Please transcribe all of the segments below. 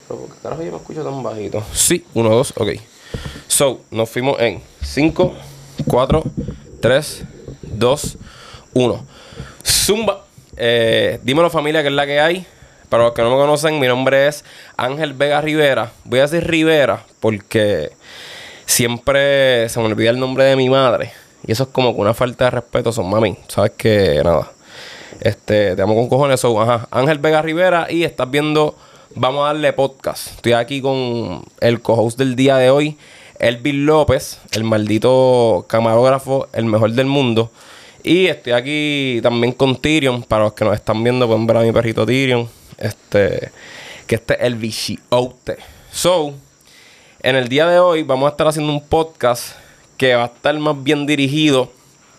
Pero ¿por qué carajo yo me escucho tan bajito? Sí, 1, 2, ok. So, nos fuimos en 5, 4, 3, 2, 1. Zumba. Dímelo, familia, que es la que hay. Para los que no me conocen, mi nombre es Ángel Vega Rivera. Voy a decir Rivera porque siempre se me olvida el nombre de mi madre. Y eso es como que una falta de respeto. Son mami, sabes que nada. Te amo con cojones. So, Ángel Vega Rivera. Y estás viendo Vamos a darle podcast. Estoy aquí con el co-host del día de hoy, Elvin López, el maldito camarógrafo, el mejor del mundo. Y estoy aquí también con Tyrion. Para los que nos están viendo, pueden ver a mi perrito Tyrion. Que este es el bichiote. So, en el día de hoy vamos a estar haciendo un podcast que va a estar más bien dirigido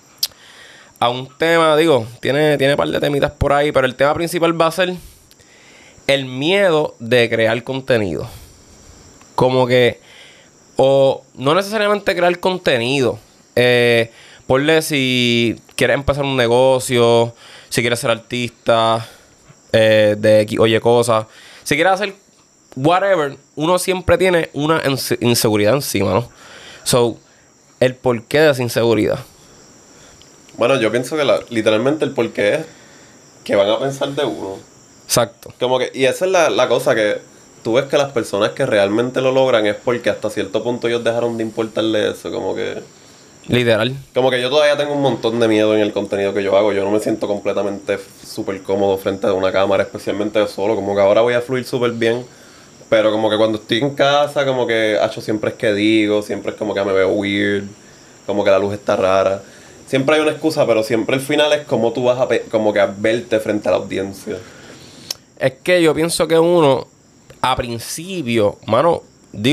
a un tema, tiene un par de temitas por ahí, pero el tema principal va a ser el miedo de crear contenido. Como que, o no necesariamente crear contenido. Ponle si quieres empezar un negocio, si quieres ser artista, de X, oye cosas. Si quieres hacer whatever, uno siempre tiene una inseguridad encima, ¿no? So, el porqué de esa inseguridad. Bueno, yo pienso que literalmente el porqué es que van a pensar de uno. Exacto. Como que, y esa es la cosa que tú ves que las personas que realmente lo logran es porque hasta cierto punto ellos dejaron de importarle eso, como que... Literal. Como que yo todavía tengo un montón de miedo en el contenido que yo hago. Yo no me siento completamente súper cómodo frente a una cámara, especialmente yo solo. Como que ahora voy a fluir súper bien. Pero como que cuando estoy en casa, como que siempre es que digo, siempre es como que me veo weird, como que la luz está rara. Siempre hay una excusa, pero siempre el final es como tú vas como que a verte frente a la audiencia. Es que yo pienso que uno, a principio, mano,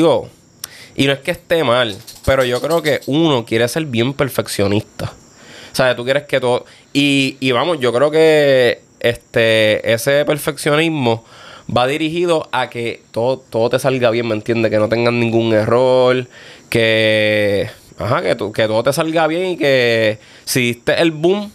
y no es que esté mal, pero yo creo que uno quiere ser bien perfeccionista. O sea, tú quieres que todo... Y vamos, yo creo que ese perfeccionismo va dirigido a que todo te salga bien, ¿me entiendes? Que no tengas ningún error, que todo te salga bien y que si diste el boom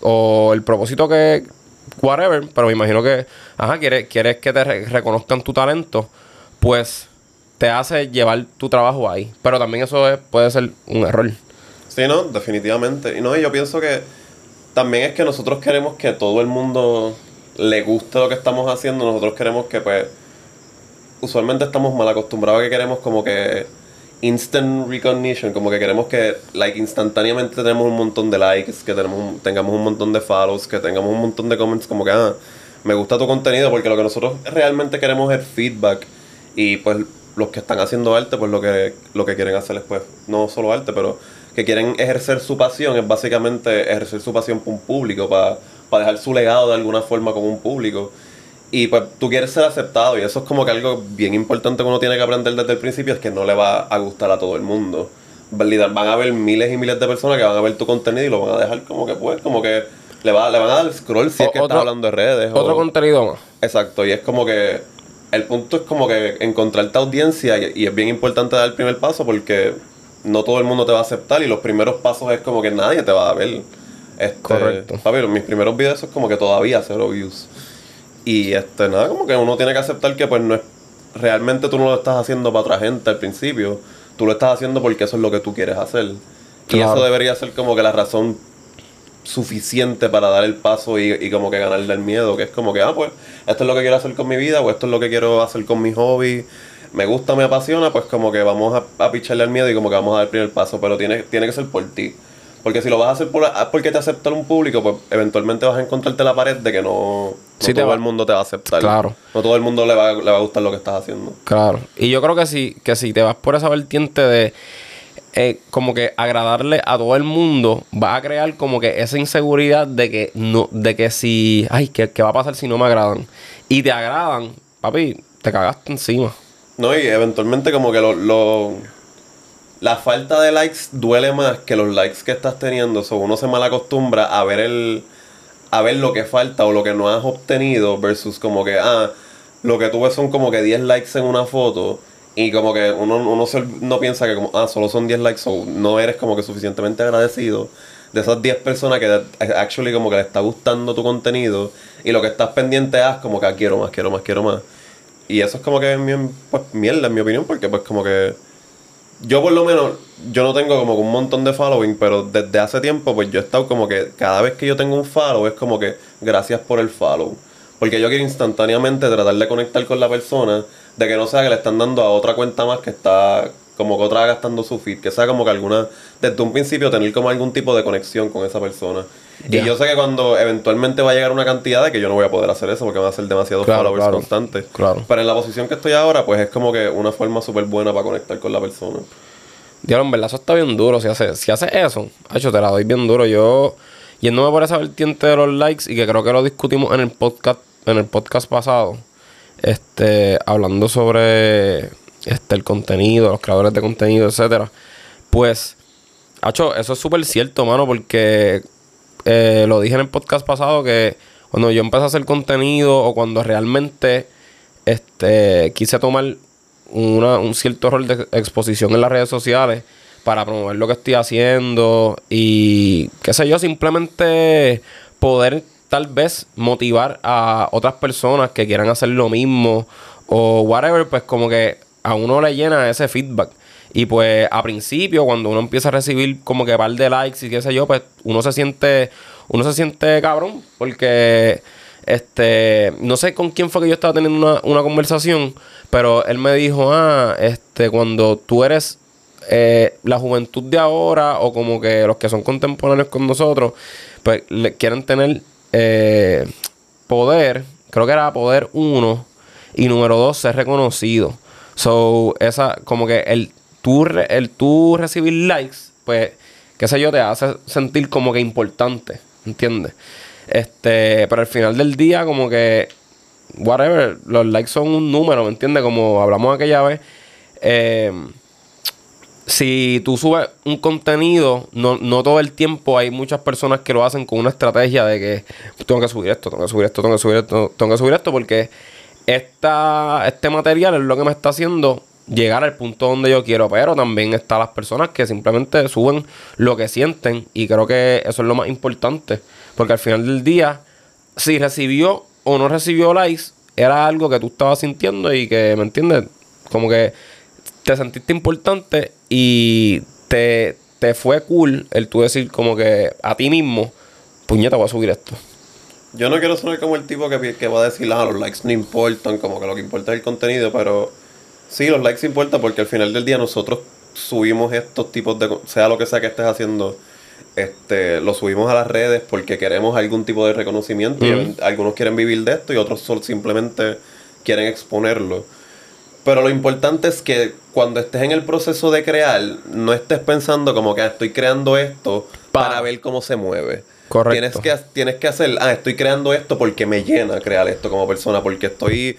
o el propósito que... whatever, pero me imagino que quieres que te reconozcan tu talento, pues te hace llevar tu trabajo ahí. Pero también eso puede ser un error. Sí, no, definitivamente. Y yo pienso que también es que nosotros queremos que todo el mundo le guste lo que estamos haciendo. Nosotros queremos que, pues, usualmente estamos mal acostumbrados a que queremos como que instant recognition, como que queremos que, instantáneamente tenemos un montón de likes, que tengamos un montón de follows, que tengamos un montón de comments, como que, me gusta tu contenido, porque lo que nosotros realmente queremos es feedback. Y, pues, los que están haciendo arte, pues, lo que quieren hacer es, pues, no solo arte, pero que quieren ejercer su pasión, es básicamente ejercer su pasión por un público, para dejar su legado de alguna forma con un público. Y pues tú quieres ser aceptado, y eso es como que algo bien importante que uno tiene que aprender desde el principio, es que no le va a gustar a todo el mundo. Van a haber miles y miles de personas que van a ver tu contenido y lo van a dejar como que le van a dar scroll si es que está hablando de redes. Otro contenido más. Exacto, y es como que el punto es como que encontrar tu audiencia, y es bien importante dar el primer paso, porque no todo el mundo te va a aceptar, y los primeros pasos es como que nadie te va a ver. Correcto. Papi, mis primeros videos es como que todavía 0 views. Y como que uno tiene que aceptar que pues no es... Realmente tú no lo estás haciendo para otra gente al principio. Tú lo estás haciendo porque eso es lo que tú quieres hacer. Claro. Y eso debería ser como que la razón suficiente para dar el paso y como que ganarle el miedo. Que es como que, pues, esto es lo que quiero hacer con mi vida, o esto es lo que quiero hacer con mi hobby. Me gusta, me apasiona, pues como que vamos a picharle al miedo y como que vamos a dar el primer paso. Pero tiene que ser por ti. Porque si lo vas a hacer porque te acepta un público, pues eventualmente vas a encontrarte la pared de que no todo el mundo te va a aceptar. Claro. No todo el mundo le va a gustar lo que estás haciendo. Claro. Y yo creo que si te vas por esa vertiente de como que agradarle a todo el mundo, vas a crear como que esa inseguridad de que si... ¿qué va a pasar si no me agradan? Y te agradan, papi, te cagaste encima. No, y eventualmente como que la falta de likes duele más que los likes que estás teniendo. Uno se mal acostumbra a ver lo que falta o lo que no has obtenido, versus como que lo que tú ves son como que 10 likes en una foto, y como que uno no piensa que como solo son 10 likes, o no eres como que suficientemente agradecido de esas 10 personas que actually como que le está gustando tu contenido, y lo que estás pendiente es como que quiero más. Y eso es como que pues, mierda, en mi opinión, porque pues como que yo por lo menos, yo no tengo como que un montón de following, pero desde hace tiempo pues yo he estado como que cada vez que yo tengo un follow es como que gracias por el follow. Porque yo quiero instantáneamente tratar de conectar con la persona, de que no sea que le están dando a otra cuenta más que está como que otra gastando su feed, que sea como que alguna, desde un principio tener como algún tipo de conexión con esa persona. Ya. Y yo sé que cuando eventualmente va a llegar una cantidad de que yo no voy a poder hacer eso porque van a ser demasiados Claro, followers claro, constantes. claro. Pero en la posición que estoy ahora, pues es como que una forma súper buena para conectar con la persona. Diablo, en verdad, eso está bien duro. Si hace eso, hecho, te la doy bien duro. Yo, yéndome por esa vertiente de los likes, y que creo que lo discutimos en el podcast pasado, hablando sobre el contenido, los creadores de contenido, etcétera. Pues, hacho, eso es súper cierto, mano, porque lo dije en el podcast pasado que cuando yo empecé a hacer contenido o cuando realmente quise tomar un cierto rol de exposición en las redes sociales para promover lo que estoy haciendo y qué sé yo, simplemente poder tal vez motivar a otras personas que quieran hacer lo mismo o whatever, pues como que a uno le llena ese feedback. Y pues a principio, cuando uno empieza a recibir como que par de likes y qué sé yo, pues uno se siente cabrón, porque no sé con quién fue que yo estaba teniendo una conversación, pero él me dijo, cuando tú eres la juventud de ahora, o como que los que son contemporáneos con nosotros, pues quieren tener poder, creo que era poder uno, y número dos, ser reconocido. So, esa, como que el tú recibir likes, pues, qué sé yo, te hace sentir como que importante, ¿entiendes? Pero al final del día, como que, whatever, los likes son un número, ¿me entiendes? Como hablamos aquella vez, si tú subes un contenido, no todo el tiempo hay muchas personas que lo hacen con una estrategia de que tengo que subir esto, tengo que subir esto, tengo que subir esto, tengo que subir esto, porque este material es lo que me está haciendo llegar al punto donde yo quiero. Pero también están las personas que simplemente suben lo que sienten, y creo que eso es lo más importante, porque al final del día, si recibió o no recibió likes, era algo que tú estabas sintiendo y que, ¿me entiendes? Como que te sentiste importante y te fue cool el tú decir como que a ti mismo, puñeta, voy a subir esto. Yo no quiero sonar como el tipo que va a decir, los likes no importan, como que lo que importa es el contenido, pero sí, los likes importan porque al final del día nosotros subimos estos tipos de, sea lo que sea que estés haciendo, lo subimos a las redes porque queremos algún tipo de reconocimiento, y algunos quieren vivir de esto y otros simplemente quieren exponerlo. Pero lo importante es que cuando estés en el proceso de crear, no estés pensando como que estoy creando esto para ver cómo se mueve. Correcto. Tienes que hacer, estoy creando esto porque me llena crear esto como persona, porque estoy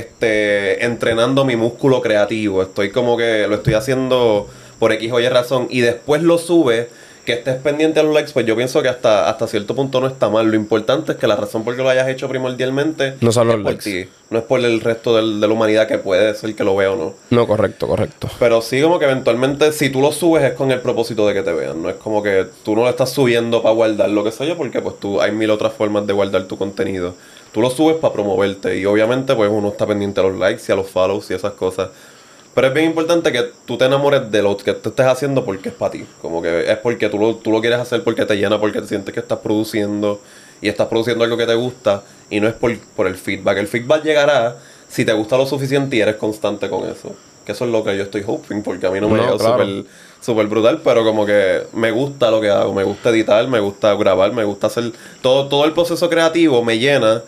entrenando mi músculo creativo, estoy como que lo estoy haciendo por X o Y razón, y después lo subes. Que estés pendiente a los likes, pues yo pienso que hasta cierto punto no está mal. Lo importante es que la razón por que lo hayas hecho primordialmente no son los es por likes. ti, no es por el resto de la humanidad, que puede ser que lo vea o no. No, correcto. Pero sí, como que eventualmente si tú lo subes es con el propósito de que te vean. No es como que tú no lo estás subiendo para guardar lo que sea yo, porque pues hay mil otras formas de guardar tu contenido. Tú lo subes para promoverte, y obviamente pues uno está pendiente a los likes y a los follows y esas cosas. Pero es bien importante que tú te enamores de lo que tú estés haciendo porque es para ti. Como que es porque tú lo quieres hacer porque te llena, porque te sientes que estás produciendo y estás produciendo algo que te gusta, y no es por el feedback. El feedback llegará si te gusta lo suficiente y eres constante con eso. Que eso es lo que yo estoy hoping, porque a mí no me llega súper brutal, pero como que me gusta lo que hago. Me gusta editar, me gusta grabar, me gusta hacer todo el proceso creativo me llena.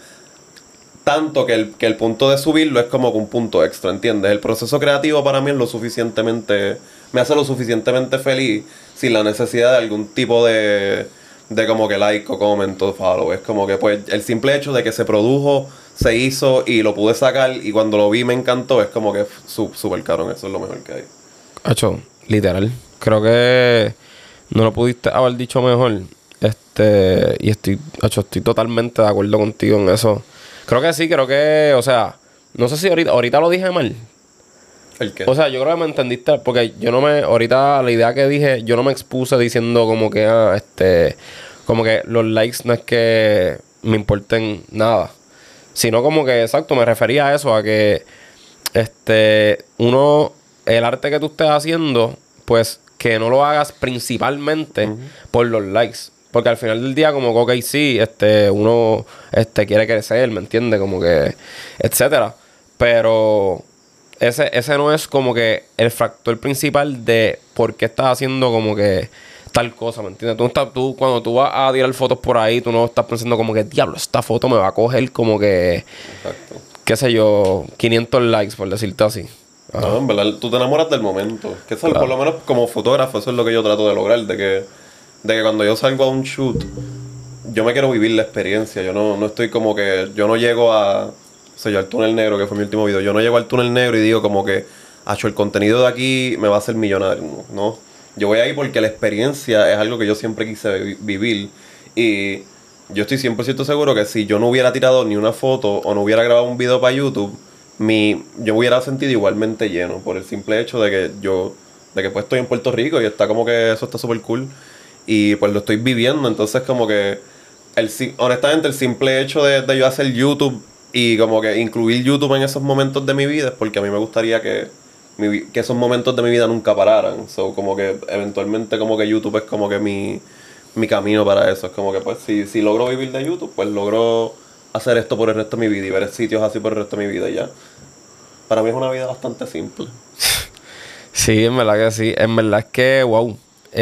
Tanto que el punto de subirlo es como que un punto extra, ¿entiendes? El proceso creativo para mí es me hace lo suficientemente feliz sin la necesidad de algún tipo de como que like o comment o follow. Es como que pues el simple hecho de que se produjo, se hizo y lo pude sacar, y cuando lo vi me encantó, es como que súper caro. Eso es lo mejor que hay. Hacho, literal. Creo que no lo pudiste haber dicho mejor. Y estoy totalmente de acuerdo contigo en eso. Creo que sí, o sea, no sé si ahorita lo dije mal. ¿El qué? O sea, yo creo que me entendiste, porque ahorita la idea que dije, yo no me expuse diciendo como que, como que los likes no es que me importen nada. Sino como que, exacto, me refería a eso, a que el arte que tú estés haciendo, pues que no lo hagas principalmente por los likes. Porque al final del día, como que, ok, sí, uno quiere crecer, ¿me entiendes? Como que, etcétera. Pero ese no es como que el factor principal de por qué estás haciendo como que tal cosa, ¿me entiendes? Cuando tú vas a tirar fotos por ahí, tú no estás pensando como que, diablo, esta foto me va a coger como que, Exacto. qué sé yo, 500 likes, por decirte así. Ajá. No, en verdad, tú te enamoras del momento. Que eso, Claro. por lo menos como fotógrafo, eso es lo que yo trato de lograr. De que cuando yo salgo a un shoot, yo me quiero vivir la experiencia. Yo no estoy como que... Yo no llego a... O sea, yo al túnel negro, que fue mi último video. Yo no llego al túnel negro y digo como que... Acho, el contenido de aquí me va a hacer millonario. No. Yo voy ahí porque la experiencia es algo que yo siempre quise vivir. Y yo estoy 100% seguro que si yo no hubiera tirado ni una foto o no hubiera grabado un video para YouTube, yo me hubiera sentido igualmente lleno por el simple hecho de que pues estoy en Puerto Rico y está como que eso está súper cool y pues lo estoy viviendo. Entonces como que honestamente el simple hecho de yo hacer YouTube y como que incluir YouTube en esos momentos de mi vida es porque a mí me gustaría que esos momentos de mi vida nunca pararan. So, como que eventualmente como que YouTube es como que mi camino para eso. Es como que pues si logro vivir de YouTube, pues logro hacer esto por el resto de mi vida y ver sitios así por el resto de mi vida y ya. Para mí es una vida bastante simple. Sí, en verdad que sí. En verdad es que, wow.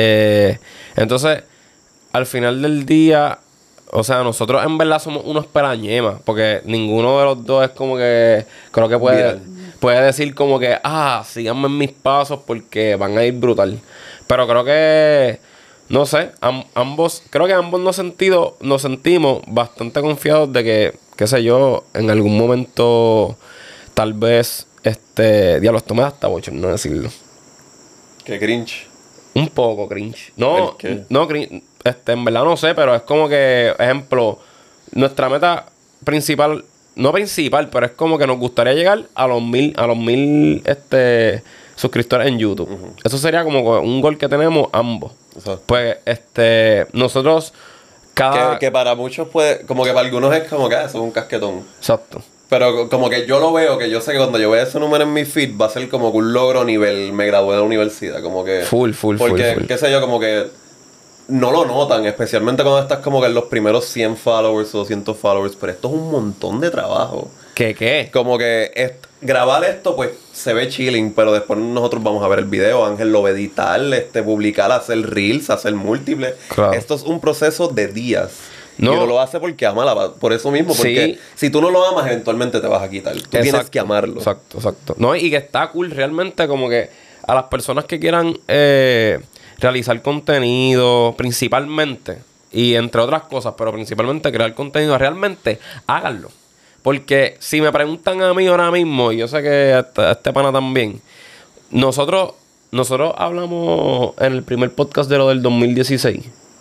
Entonces, al final del día, o sea, nosotros en verdad somos unos pelañemas, porque ninguno de los dos es como que, creo que Viral. puede decir como que, síganme en mis pasos porque van a ir brutal. Pero creo que, no sé, creo que ambos nos sentimos bastante confiados de que, qué sé yo, en algún momento, tal vez, diablo, esto me da hasta bochorno decirlo. Qué cringe. Un poco cringe. No, ¿El qué? no cringe. En verdad no sé, pero es como que, ejemplo, nuestra meta principal, no principal, pero es como que nos gustaría llegar a los mil suscriptores en YouTube. Eso sería como un gol que tenemos ambos. Exacto. Pues, nosotros Que para muchos puede, como que para algunos es como que eso es un casquetón. Exacto. Pero como que yo lo veo, que yo sé que cuando yo vea ese número en mi feed va a ser como que un logro nivel me gradué de la universidad, como que... Full. Porque, qué sé yo, como que no lo notan, especialmente cuando estás como que en los primeros 100 followers o 200 followers, pero esto es un montón de trabajo. ¿Qué? Como que grabar esto pues se ve chilling, pero después nosotros vamos a ver el video, Ángel lo va a editar, publicar, hacer reels, hacer múltiples. Claro. Esto es un proceso de días. No. Y uno lo hace porque ama por eso mismo, porque Sí. si tú no lo amas, eventualmente te vas a quitar. Tú tienes que amarlo. Exacto. No, y que está cool realmente como que a las personas que quieran realizar contenido principalmente, y entre otras cosas, pero principalmente crear contenido, realmente háganlo. Porque si me preguntan a mí ahora mismo, y yo sé que a este pana también, nosotros hablamos en el primer podcast de lo del 2016.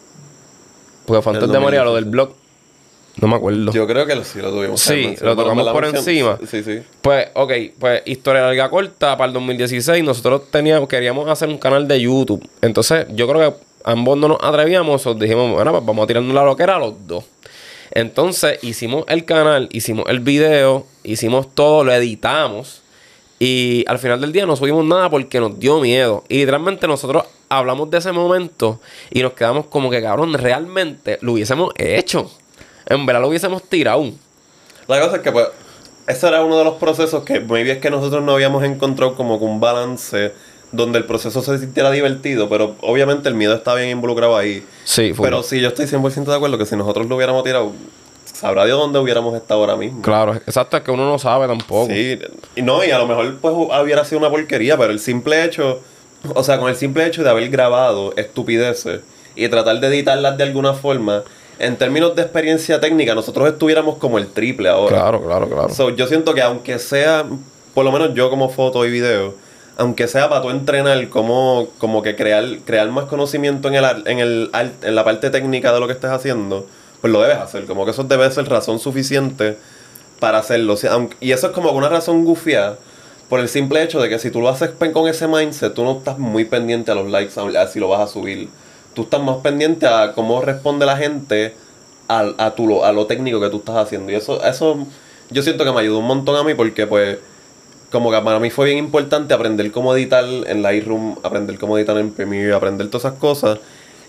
Porque fue antes de María, lo del blog. No me acuerdo. Yo creo que sí lo tuvimos. Sí, lo tocamos por encima. Sí. Pues, ok, pues historia larga corta, para el 2016 nosotros queríamos hacer un canal de YouTube. Entonces, yo creo que ambos no nos atrevíamos, dijimos, bueno, pues vamos a tirarnos la loquera a los dos. Entonces, hicimos el canal, hicimos el video, hicimos todo, lo editamos. Y al final del día no subimos nada porque nos dio miedo. Y literalmente nosotros hablamos de ese momento y nos quedamos como que, cabrón, realmente lo hubiésemos hecho. En verdad lo hubiésemos tirado. La cosa es que, pues, ese era uno de los procesos que maybe es que nosotros no habíamos encontrado como que un balance donde el proceso se sintiera divertido, pero obviamente el miedo está bien involucrado ahí. Sí, fue. Pero sí, yo estoy 100% de acuerdo que si nosotros lo hubiéramos tirado, sabrá Dios dónde hubiéramos estado ahora mismo. Claro, exacto, es que uno no sabe tampoco. Sí, y a lo mejor pues hubiera sido una porquería, pero el simple hecho, o sea, con el simple hecho de haber grabado estupideces y tratar de editarlas de alguna forma, en términos de experiencia técnica, nosotros estuviéramos como el triple ahora. Claro. So, yo siento que aunque sea, por lo menos yo como foto y video, aunque sea para tú entrenar como que crear más conocimiento en la parte técnica de lo que estés haciendo, pues lo debes hacer. Como que eso debe ser razón suficiente para hacerlo. O sea, y eso es como una razón gufiada por el simple hecho de que si tú lo haces con ese mindset, tú no estás muy pendiente a los likes, a si lo vas a subir. Tú estás más pendiente a cómo responde la gente a lo técnico que tú estás haciendo. Y eso yo siento que me ayudó un montón a mí porque pues como que para mí fue bien importante aprender cómo editar en Lightroom, aprender cómo editar en Premiere, aprender todas esas cosas.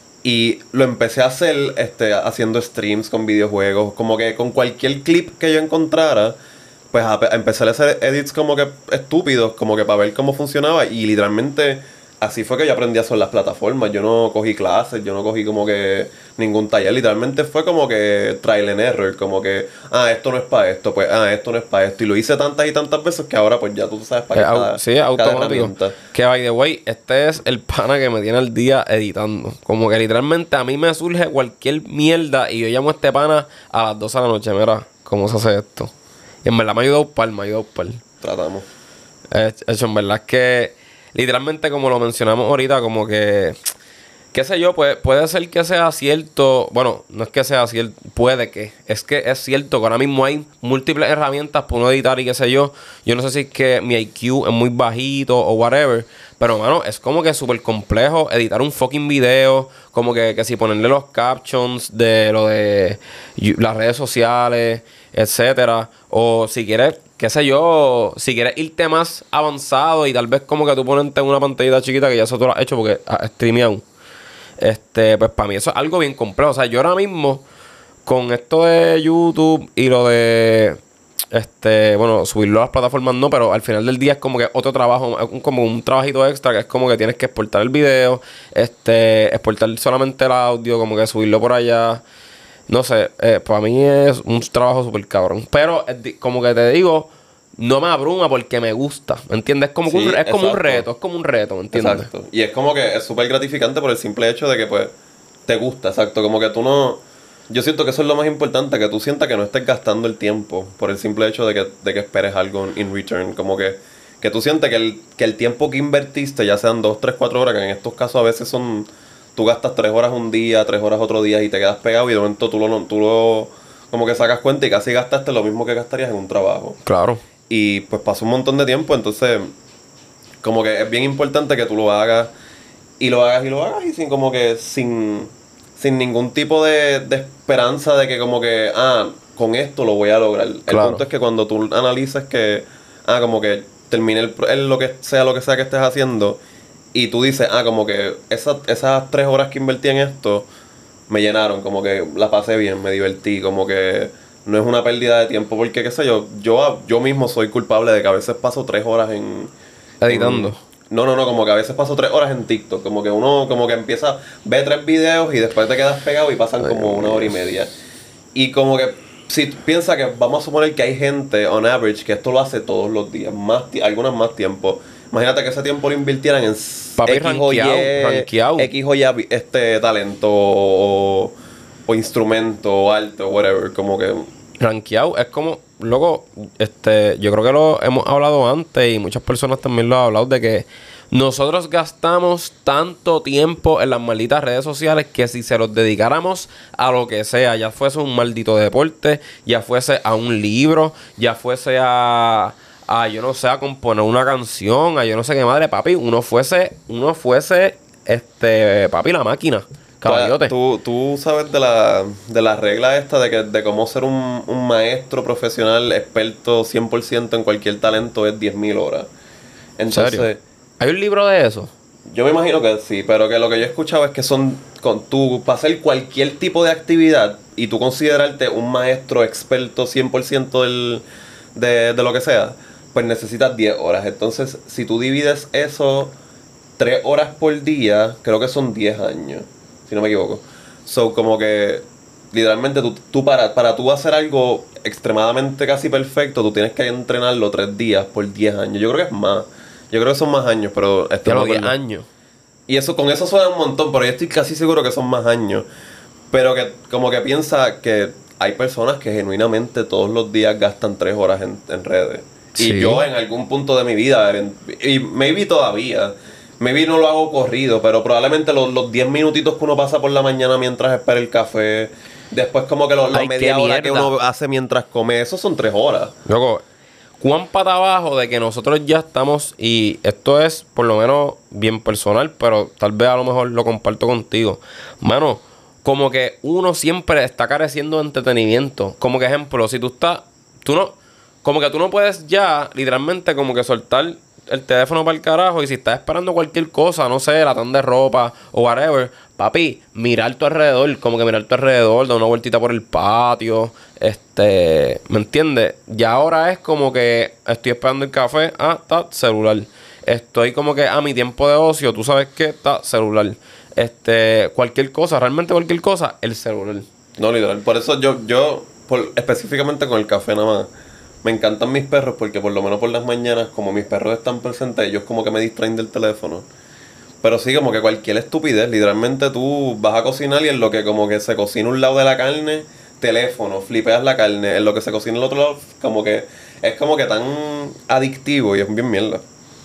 Y lo empecé a hacer haciendo streams con videojuegos. Como que con cualquier clip que yo encontrara, pues empecé a hacer edits como que estúpidos, como que para ver cómo funcionaba. Y literalmente así fue que yo aprendí a hacer las plataformas. Yo no cogí clases, yo no cogí como que ningún taller. Literalmente fue como que trial and error. Como que, esto no es para esto, pues, esto no es para esto. Y lo hice tantas y tantas veces que ahora pues ya tú sabes para qué cada, sí, automático. herramienta. Que by the way, este es el pana que me tiene al día editando. Como que literalmente a mí me surge cualquier mierda y yo llamo a este pana a las 12 de la noche. Mira, ¿cómo se hace esto? Y en verdad me ha ayudado un par. Tratamos. Hecho, en verdad es que literalmente como lo mencionamos ahorita, como que qué sé yo, puede ser que sea cierto. Bueno, no es que sea cierto, puede que. Es que es cierto que ahora mismo hay múltiples herramientas para uno editar y qué sé yo. Yo no sé si es que mi IQ es muy bajito o whatever. Pero, mano, es como que súper complejo editar un fucking video. Como que si ponerle los captions de lo de las redes sociales, etcétera. O si quieres, qué sé yo, si quieres irte más avanzado y tal vez como que tú ponerte en una pantallita chiquita, que ya eso tú lo has hecho porque has streameado. Pues para mí eso es algo bien complejo. O sea, yo ahora mismo, con esto de YouTube y lo de bueno, subirlo a las plataformas no, pero al final del día es como que otro trabajo, como un trabajito extra, que es como que tienes que exportar el video, exportar solamente el audio, como que subirlo por allá. No sé, para mí es un trabajo súper cabrón. Pero como que te digo, no me abruma porque me gusta, ¿me entiendes? Es como, Sí, es como un exacto. reto, ¿me entiendes? Exacto. Y es como que es súper gratificante por el simple hecho de que, pues, te gusta, exacto. Como que tú no... Yo siento que eso es lo más importante, que tú sientas que no estés gastando el tiempo por el simple hecho de que esperes algo in return. Como que tú sientes que el tiempo que invertiste, ya sean 2, 3, 4 horas, que en estos casos a veces son... Tú gastas 3 horas un día, 3 horas otro día y te quedas pegado y de momento tú lo como que sacas cuenta y casi gastaste lo mismo que gastarías en un trabajo. Claro. Y pues pasó un montón de tiempo, entonces como que es bien importante que tú lo hagas y lo hagas y lo hagas y sin como que sin ningún tipo de esperanza de que como que con esto lo voy a lograr. Claro. El punto es que cuando tú analices que como que termine lo que sea que estés haciendo y tú dices, como que esas 3 horas que invertí en esto me llenaron, como que la pasé bien, me divertí, como que no es una pérdida de tiempo, porque qué sé yo mismo soy culpable de que a veces paso 3 horas Editando. No, como que a veces paso 3 horas en TikTok, como que uno como que empieza, ve 3 videos y después te quedas pegado y pasan como 1 hora y media. Y como que si piensa que vamos a suponer que hay gente, on average, que esto lo hace todos los días, algunas más tiempo. Imagínate que ese tiempo lo invirtieran en Papi, X o Y talento o instrumento o arte o whatever, como que... Rankeado es como, loco, yo creo que lo hemos hablado antes y muchas personas también lo han hablado de que nosotros gastamos tanto tiempo en las malditas redes sociales que si se los dedicáramos a lo que sea, ya fuese un maldito deporte, ya fuese a un libro, ya fuese a yo no sé, a componer una canción, a yo no sé qué madre, papi, uno fuese, papi, la máquina. Caballote. Tú sabes de la regla esta de cómo ser un maestro profesional experto 100% en cualquier talento es 10.000 horas. Entonces, ¿En serio? ¿Hay un libro de eso? Yo me imagino que sí, pero que lo que yo he escuchado es que para hacer cualquier tipo de actividad y tú considerarte un maestro experto 100% de lo que sea, pues necesitas 10 horas. Entonces, si tú divides eso 3 horas por día, creo que son 10 años. Si no me equivoco. So, como que literalmente tú para tú hacer algo extremadamente casi perfecto, tú tienes que entrenarlo 3 días por 10 años. Yo creo que es más. Yo creo que son más años, pero De los 10 años. Y eso, con eso suena un montón, pero yo estoy casi seguro que son más años. Pero que como que piensa que hay personas que genuinamente todos los días gastan 3 horas en redes. Sí. Y yo en algún punto de mi vida, y maybe todavía, maybe no lo hago corrido, pero probablemente los 10 minutitos que uno pasa por la mañana mientras espera el café, después como que la Ay, media qué hora que mierda uno hace mientras come, eso son 3 horas. Loco, cuán pata abajo de que nosotros ya estamos, y esto es por lo menos bien personal, pero tal vez a lo mejor lo comparto contigo. Mano, como que uno siempre está careciendo de entretenimiento. Como que ejemplo, si tú no... como que tú no puedes ya, literalmente, como que soltar el teléfono para el carajo. Y si estás esperando cualquier cosa, no sé, la tanda de ropa o whatever, papi, mirar tu alrededor, como que mirar tu alrededor, dar una vueltita por el patio. ¿Me entiendes? Ya ahora es como que estoy esperando el café, está celular. Estoy como que a mi tiempo de ocio, tú sabes qué, está celular. Cualquier cosa, realmente cualquier cosa, el celular. No, literal. Por eso específicamente con el café nada más, me encantan mis perros porque por lo menos por las mañanas, como mis perros están presentes, ellos como que me distraen del teléfono. Pero sí, como que cualquier estupidez, literalmente tú vas a cocinar y en lo que como que se cocina un lado de la carne, teléfono, flipeas la carne, en lo que se cocina el otro lado, como que es como que tan adictivo y es bien mierda.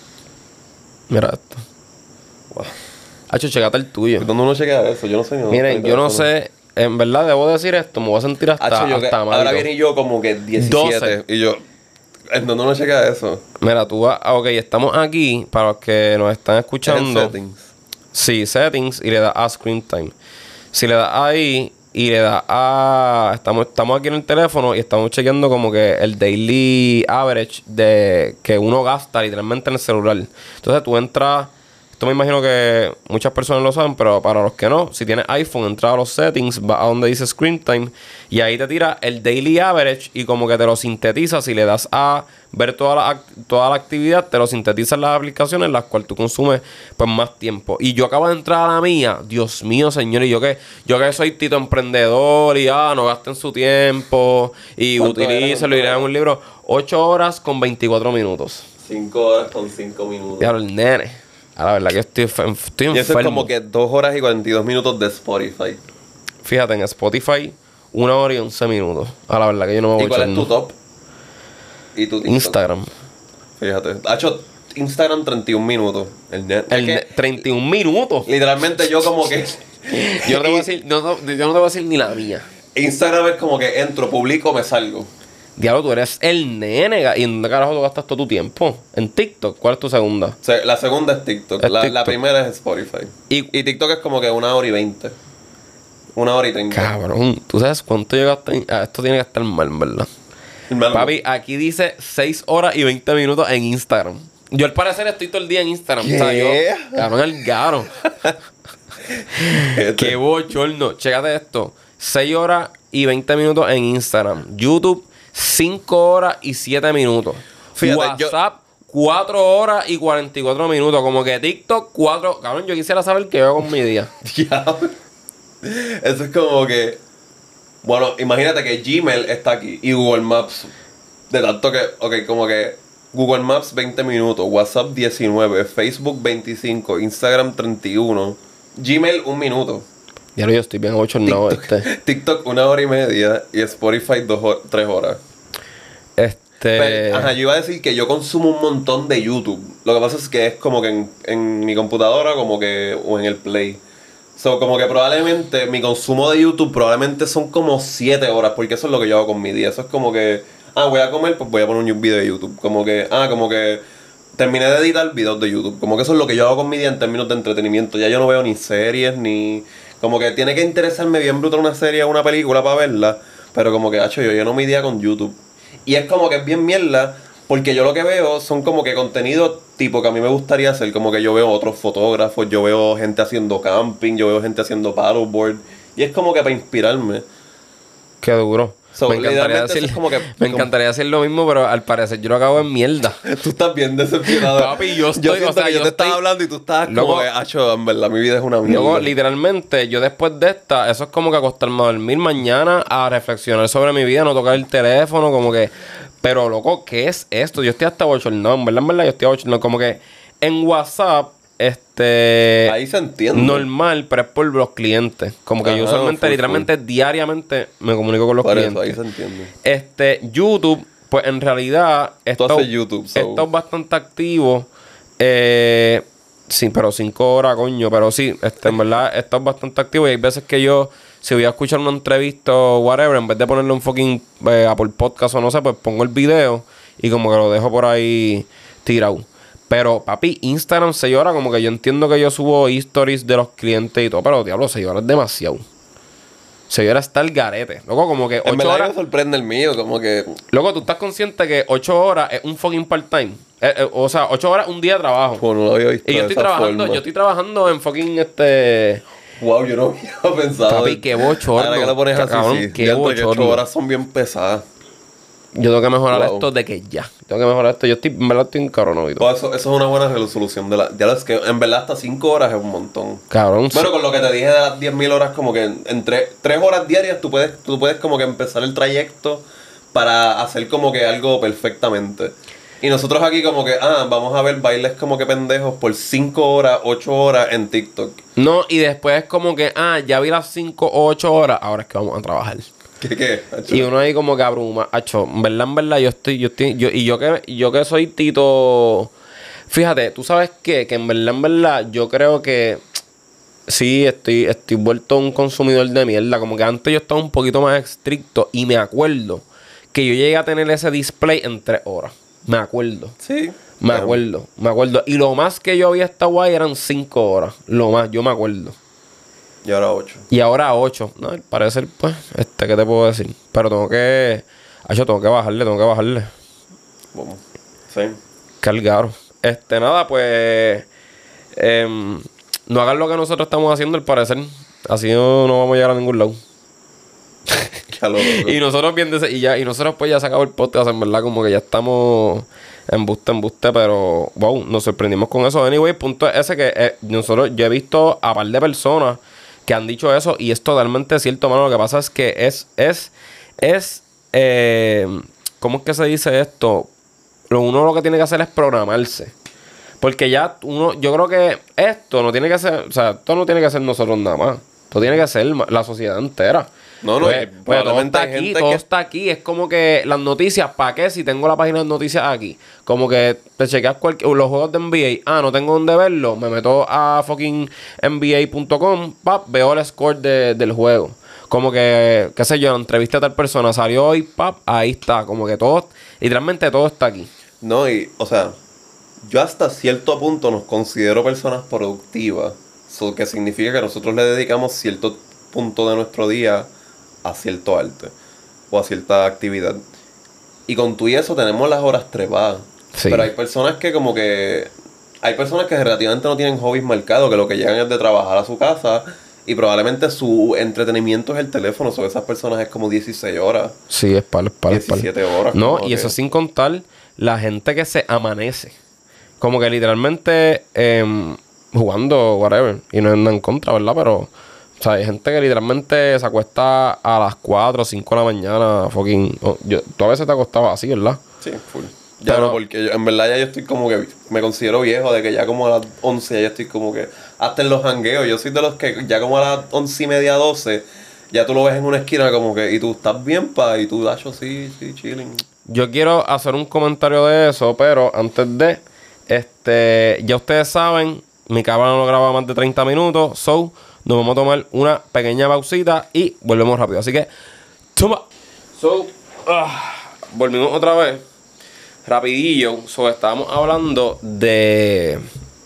Mira esto. Wow. Hacho, checate el tuyo. ¿Dónde uno chequea eso? Yo no sé ni dónde Miren, está mi yo no teléfono. sé, en verdad debo decir esto, me voy a sentir hasta Ahora malito. viene yo como que 17 12. y yo, ¿en dónde uno chequea eso? Mira, tú vas, ok, estamos aquí, para los que nos están En escuchando. settings. Sí, settings, y le das a screen time. Si le das ahí y le das a... Estamos aquí en el teléfono y estamos chequeando como que el daily average de que uno gasta literalmente en el celular. Entonces tú entras... Esto me imagino que muchas personas lo saben, pero para los que no, si tienes iPhone, entra a los settings, va a donde dice screen time y ahí te tira el daily average y como que te lo sintetiza. Si le das a ver toda la actividad, te lo sintetiza en las aplicaciones en las cuales tú consumes pues más tiempo. Y yo acabo de entrar a la mía, Dios mío, señor, y yo que soy Tito emprendedor y no gasten su tiempo y utilícelo y lean un libro. 8 horas con 24 minutos. 5 horas con 5 minutos. Diablo, el nene. A la verdad que estoy Y eso enfermo. es como que 2 horas y 42 minutos de Spotify. Fíjate, en Spotify, 1 hora y 11 minutos. A la verdad que yo no me voy ¿Y cuál es echando. tu top? ¿Y tu TikTok? Instagram. Fíjate. Ha hecho Instagram 31 minutos. El net. Es que 31 minutos. literalmente yo como que... Yo no te voy a decir, yo no te voy a decir ni la mía. Instagram es como que entro, publico, me salgo. Diablo, tú eres el nene. ¿Y en dónde carajo tú gastas todo tu tiempo? ¿En TikTok? ¿Cuál es tu segunda? O sea, la segunda es TikTok. Es La TikTok. primera es Spotify. Y TikTok es como que 1 hora y 20. 1 hora y 30. Cabrón, ¿tú sabes cuánto yo gasté? Esto tiene que estar mal, ¿verdad? Hermano, Papi, aquí dice 6 horas y 20 minutos en Instagram. Yo al parecer estoy todo el día en Instagram. ¿Qué? O sea, yo, cabrón, el garo. Qué bochorno. Chécate esto. 6 horas y 20 minutos en Instagram. YouTube, 5 horas y 7 minutos. Fíjate, WhatsApp, 4 horas y 44 minutos. Como que TikTok, 4... Cabrón, yo quisiera saber qué hago con mi día. diablo. Eso es como que... Bueno, imagínate que Gmail está aquí y Google Maps. De tanto que... Ok, como que... Google Maps 20 minutos, WhatsApp 19, Facebook 25, Instagram 31, Gmail 1 minuto. Ya yo estoy bien bochornado TikTok 1 hora y media y Spotify 3 horas. Ajá, yo iba a decir que yo consumo un montón de YouTube. Lo que pasa es que es como que en mi computadora como que o en el Play. So, como que probablemente mi consumo de YouTube probablemente son como 7 horas, porque eso es lo que yo hago con mi día. Eso es como que, voy a comer, pues voy a poner un video de YouTube. Como que terminé de editar videos de YouTube. Como que eso es lo que yo hago con mi día en términos de entretenimiento. Ya yo no veo ni series, ni... Como que tiene que interesarme bien brutal una serie o una película para verla. Pero como que, yo lleno mi día con YouTube. Y es como que es bien mierda, porque yo lo que veo son como que contenido tipo que a mí me gustaría hacer. Como que yo veo otros fotógrafos, yo veo gente haciendo camping, yo veo gente haciendo paddleboard. Y es como que para inspirarme. Qué duro. So, me encantaría eso es como que... me encantaría decir lo mismo, pero al parecer yo lo acabo en mierda. Tú estás bien decepcionado. Papi, yo estoy... siento o sea, que yo te estoy... estaba hablando y tú estabas Loco, como que, en verdad, mi vida es una mierda. Luego, literalmente, yo después de esta, eso es como que acostarme a dormir mañana a reflexionar sobre mi vida, no tocar el teléfono, como que... Pero, loco, ¿qué es esto? Yo estoy hasta bochornado, en verdad, yo estoy bochornado. Como que en WhatsApp, ahí se entiende. normal, pero es por los clientes. Como que yo usualmente, literalmente, diariamente me comunico con los Por clientes. eso, ahí se entiende. YouTube, pues en realidad... Tú haces YouTube, so. Esto es bastante activo. Sí, pero 5 horas, coño. Pero sí, en verdad, esto es bastante activo. Y hay veces que yo, si voy a escuchar una entrevista o whatever, en vez de ponerle un fucking Apple Podcast o no sé, pues pongo el video y como que lo dejo por ahí tirado. Pero, papi, Instagram 6 horas, como que yo entiendo que yo subo stories de los clientes y todo, pero diablo, 6 horas es demasiado. 6 horas está el garete. Loco, como que 8 En verdad horas... me sorprende el mío, como que... Loco, tú estás consciente que 8 horas es un fucking part-time. O sea, 8 horas un día de trabajo. Pues no lo había visto Y yo de estoy esa trabajando, forma. yo estoy trabajando en fucking Wow, yo no había pensado. Papi, qué bochorno. Ahora que lo pones así, Cabrón, sí. qué Diantre, que bochorno. 8 horas son bien pesadas. Yo tengo que mejorar Wow. esto de que ya. Tengo que mejorar esto. Yo estoy, en verdad, estoy en cabrón y todo. Pues eso es una buena resolución de la... Ya lo es que en verdad hasta 5 horas es un montón. Cabrón, Bueno, con lo que te dije de las 10.000 horas, como que en 3 horas diarias tú puedes como que empezar el trayecto para hacer como que algo perfectamente. Y nosotros aquí como que, vamos a ver bailes como que pendejos por 5 horas, 8 horas en TikTok. No, y después es como que, ya vi las 5 o 8 horas, ahora es que vamos a trabajar. ¿Qué? Y uno ahí como que abruma. Acho, en verdad, yo que soy Tito. Fíjate, tú sabes qué, que en verdad, yo creo que sí, estoy vuelto un consumidor de mierda. Como que antes yo estaba un poquito más estricto. Y me acuerdo que yo llegué a tener ese display en 3 horas. Me acuerdo. Sí. Me acuerdo. Y lo más que yo había estado ahí eran 5 horas. Lo más, yo me acuerdo. Y ahora 8. Y ahora 8. No, al parecer, pues, ¿qué te puedo decir? Pero tengo que bajarle. Vamos. Sí. Cargaro. Nada, pues, no hagan lo que nosotros estamos haciendo, al parecer. Así no vamos a llegar a ningún lado. Ya lo loco. Y nosotros y nosotros pues ya se acabó el podcast, en verdad, como que ya estamos embuste, pero wow, nos sorprendimos con eso. Anyway, punto es ese que yo he visto a par de personas que han dicho eso y es totalmente cierto, mano. Lo que pasa es que ¿cómo es que se dice esto? Uno lo que tiene que hacer es programarse. Porque ya yo creo que esto no tiene que ser, o sea, esto no tiene que ser nosotros nada más. Esto tiene que ser la sociedad entera. No, Pues todo probablemente está hay aquí, gente todo que... está aquí. Es como que las noticias, ¿para qué? Si tengo la página de noticias aquí. Como que te chequeas los juegos de NBA. No tengo dónde verlo. Me meto a fucking NBA.com, veo el score del juego. Como que, qué sé yo, entrevista a tal persona, salió hoy, ahí está. Como que todo, literalmente todo está aquí. No, o sea, yo hasta cierto punto nos considero personas productivas. Eso que significa que nosotros le dedicamos cierto punto de nuestro día a cierto arte o a cierta actividad. Y con tú y eso tenemos las horas trepadas. Sí. Pero hay personas que como que... Hay personas que relativamente no tienen hobbies marcados, que lo que llegan es de trabajar a su casa y probablemente su entretenimiento es el teléfono. O esas personas es como 16 horas. Sí, es palo. 17 horas. No, como y que- eso sin contar la gente que se amanece. Como que literalmente jugando, whatever. Y no en contra, ¿verdad? Pero, o sea, hay gente que literalmente se acuesta a las 4 o 5 de la mañana, fucking... tú a veces te acostabas así, ¿verdad? Sí, full. Ya Pero- no, porque en verdad ya yo estoy como que me considero viejo, de que ya como a las 11 ya estoy como que hasta en los jangueos, yo soy de los que ya como a las 11:30, 12, ya tú lo ves en una esquina como que, y tú estás bien, pa, y tú, Dacho, sí, chilling. Yo quiero hacer un comentario de eso, pero antes de... ya ustedes saben, mi cámara no graba más de 30 minutos, so nos vamos a tomar una pequeña pausita y volvemos rápido. Así que, toma. So, volvimos otra vez. Rapidillo. So, estábamos hablando de...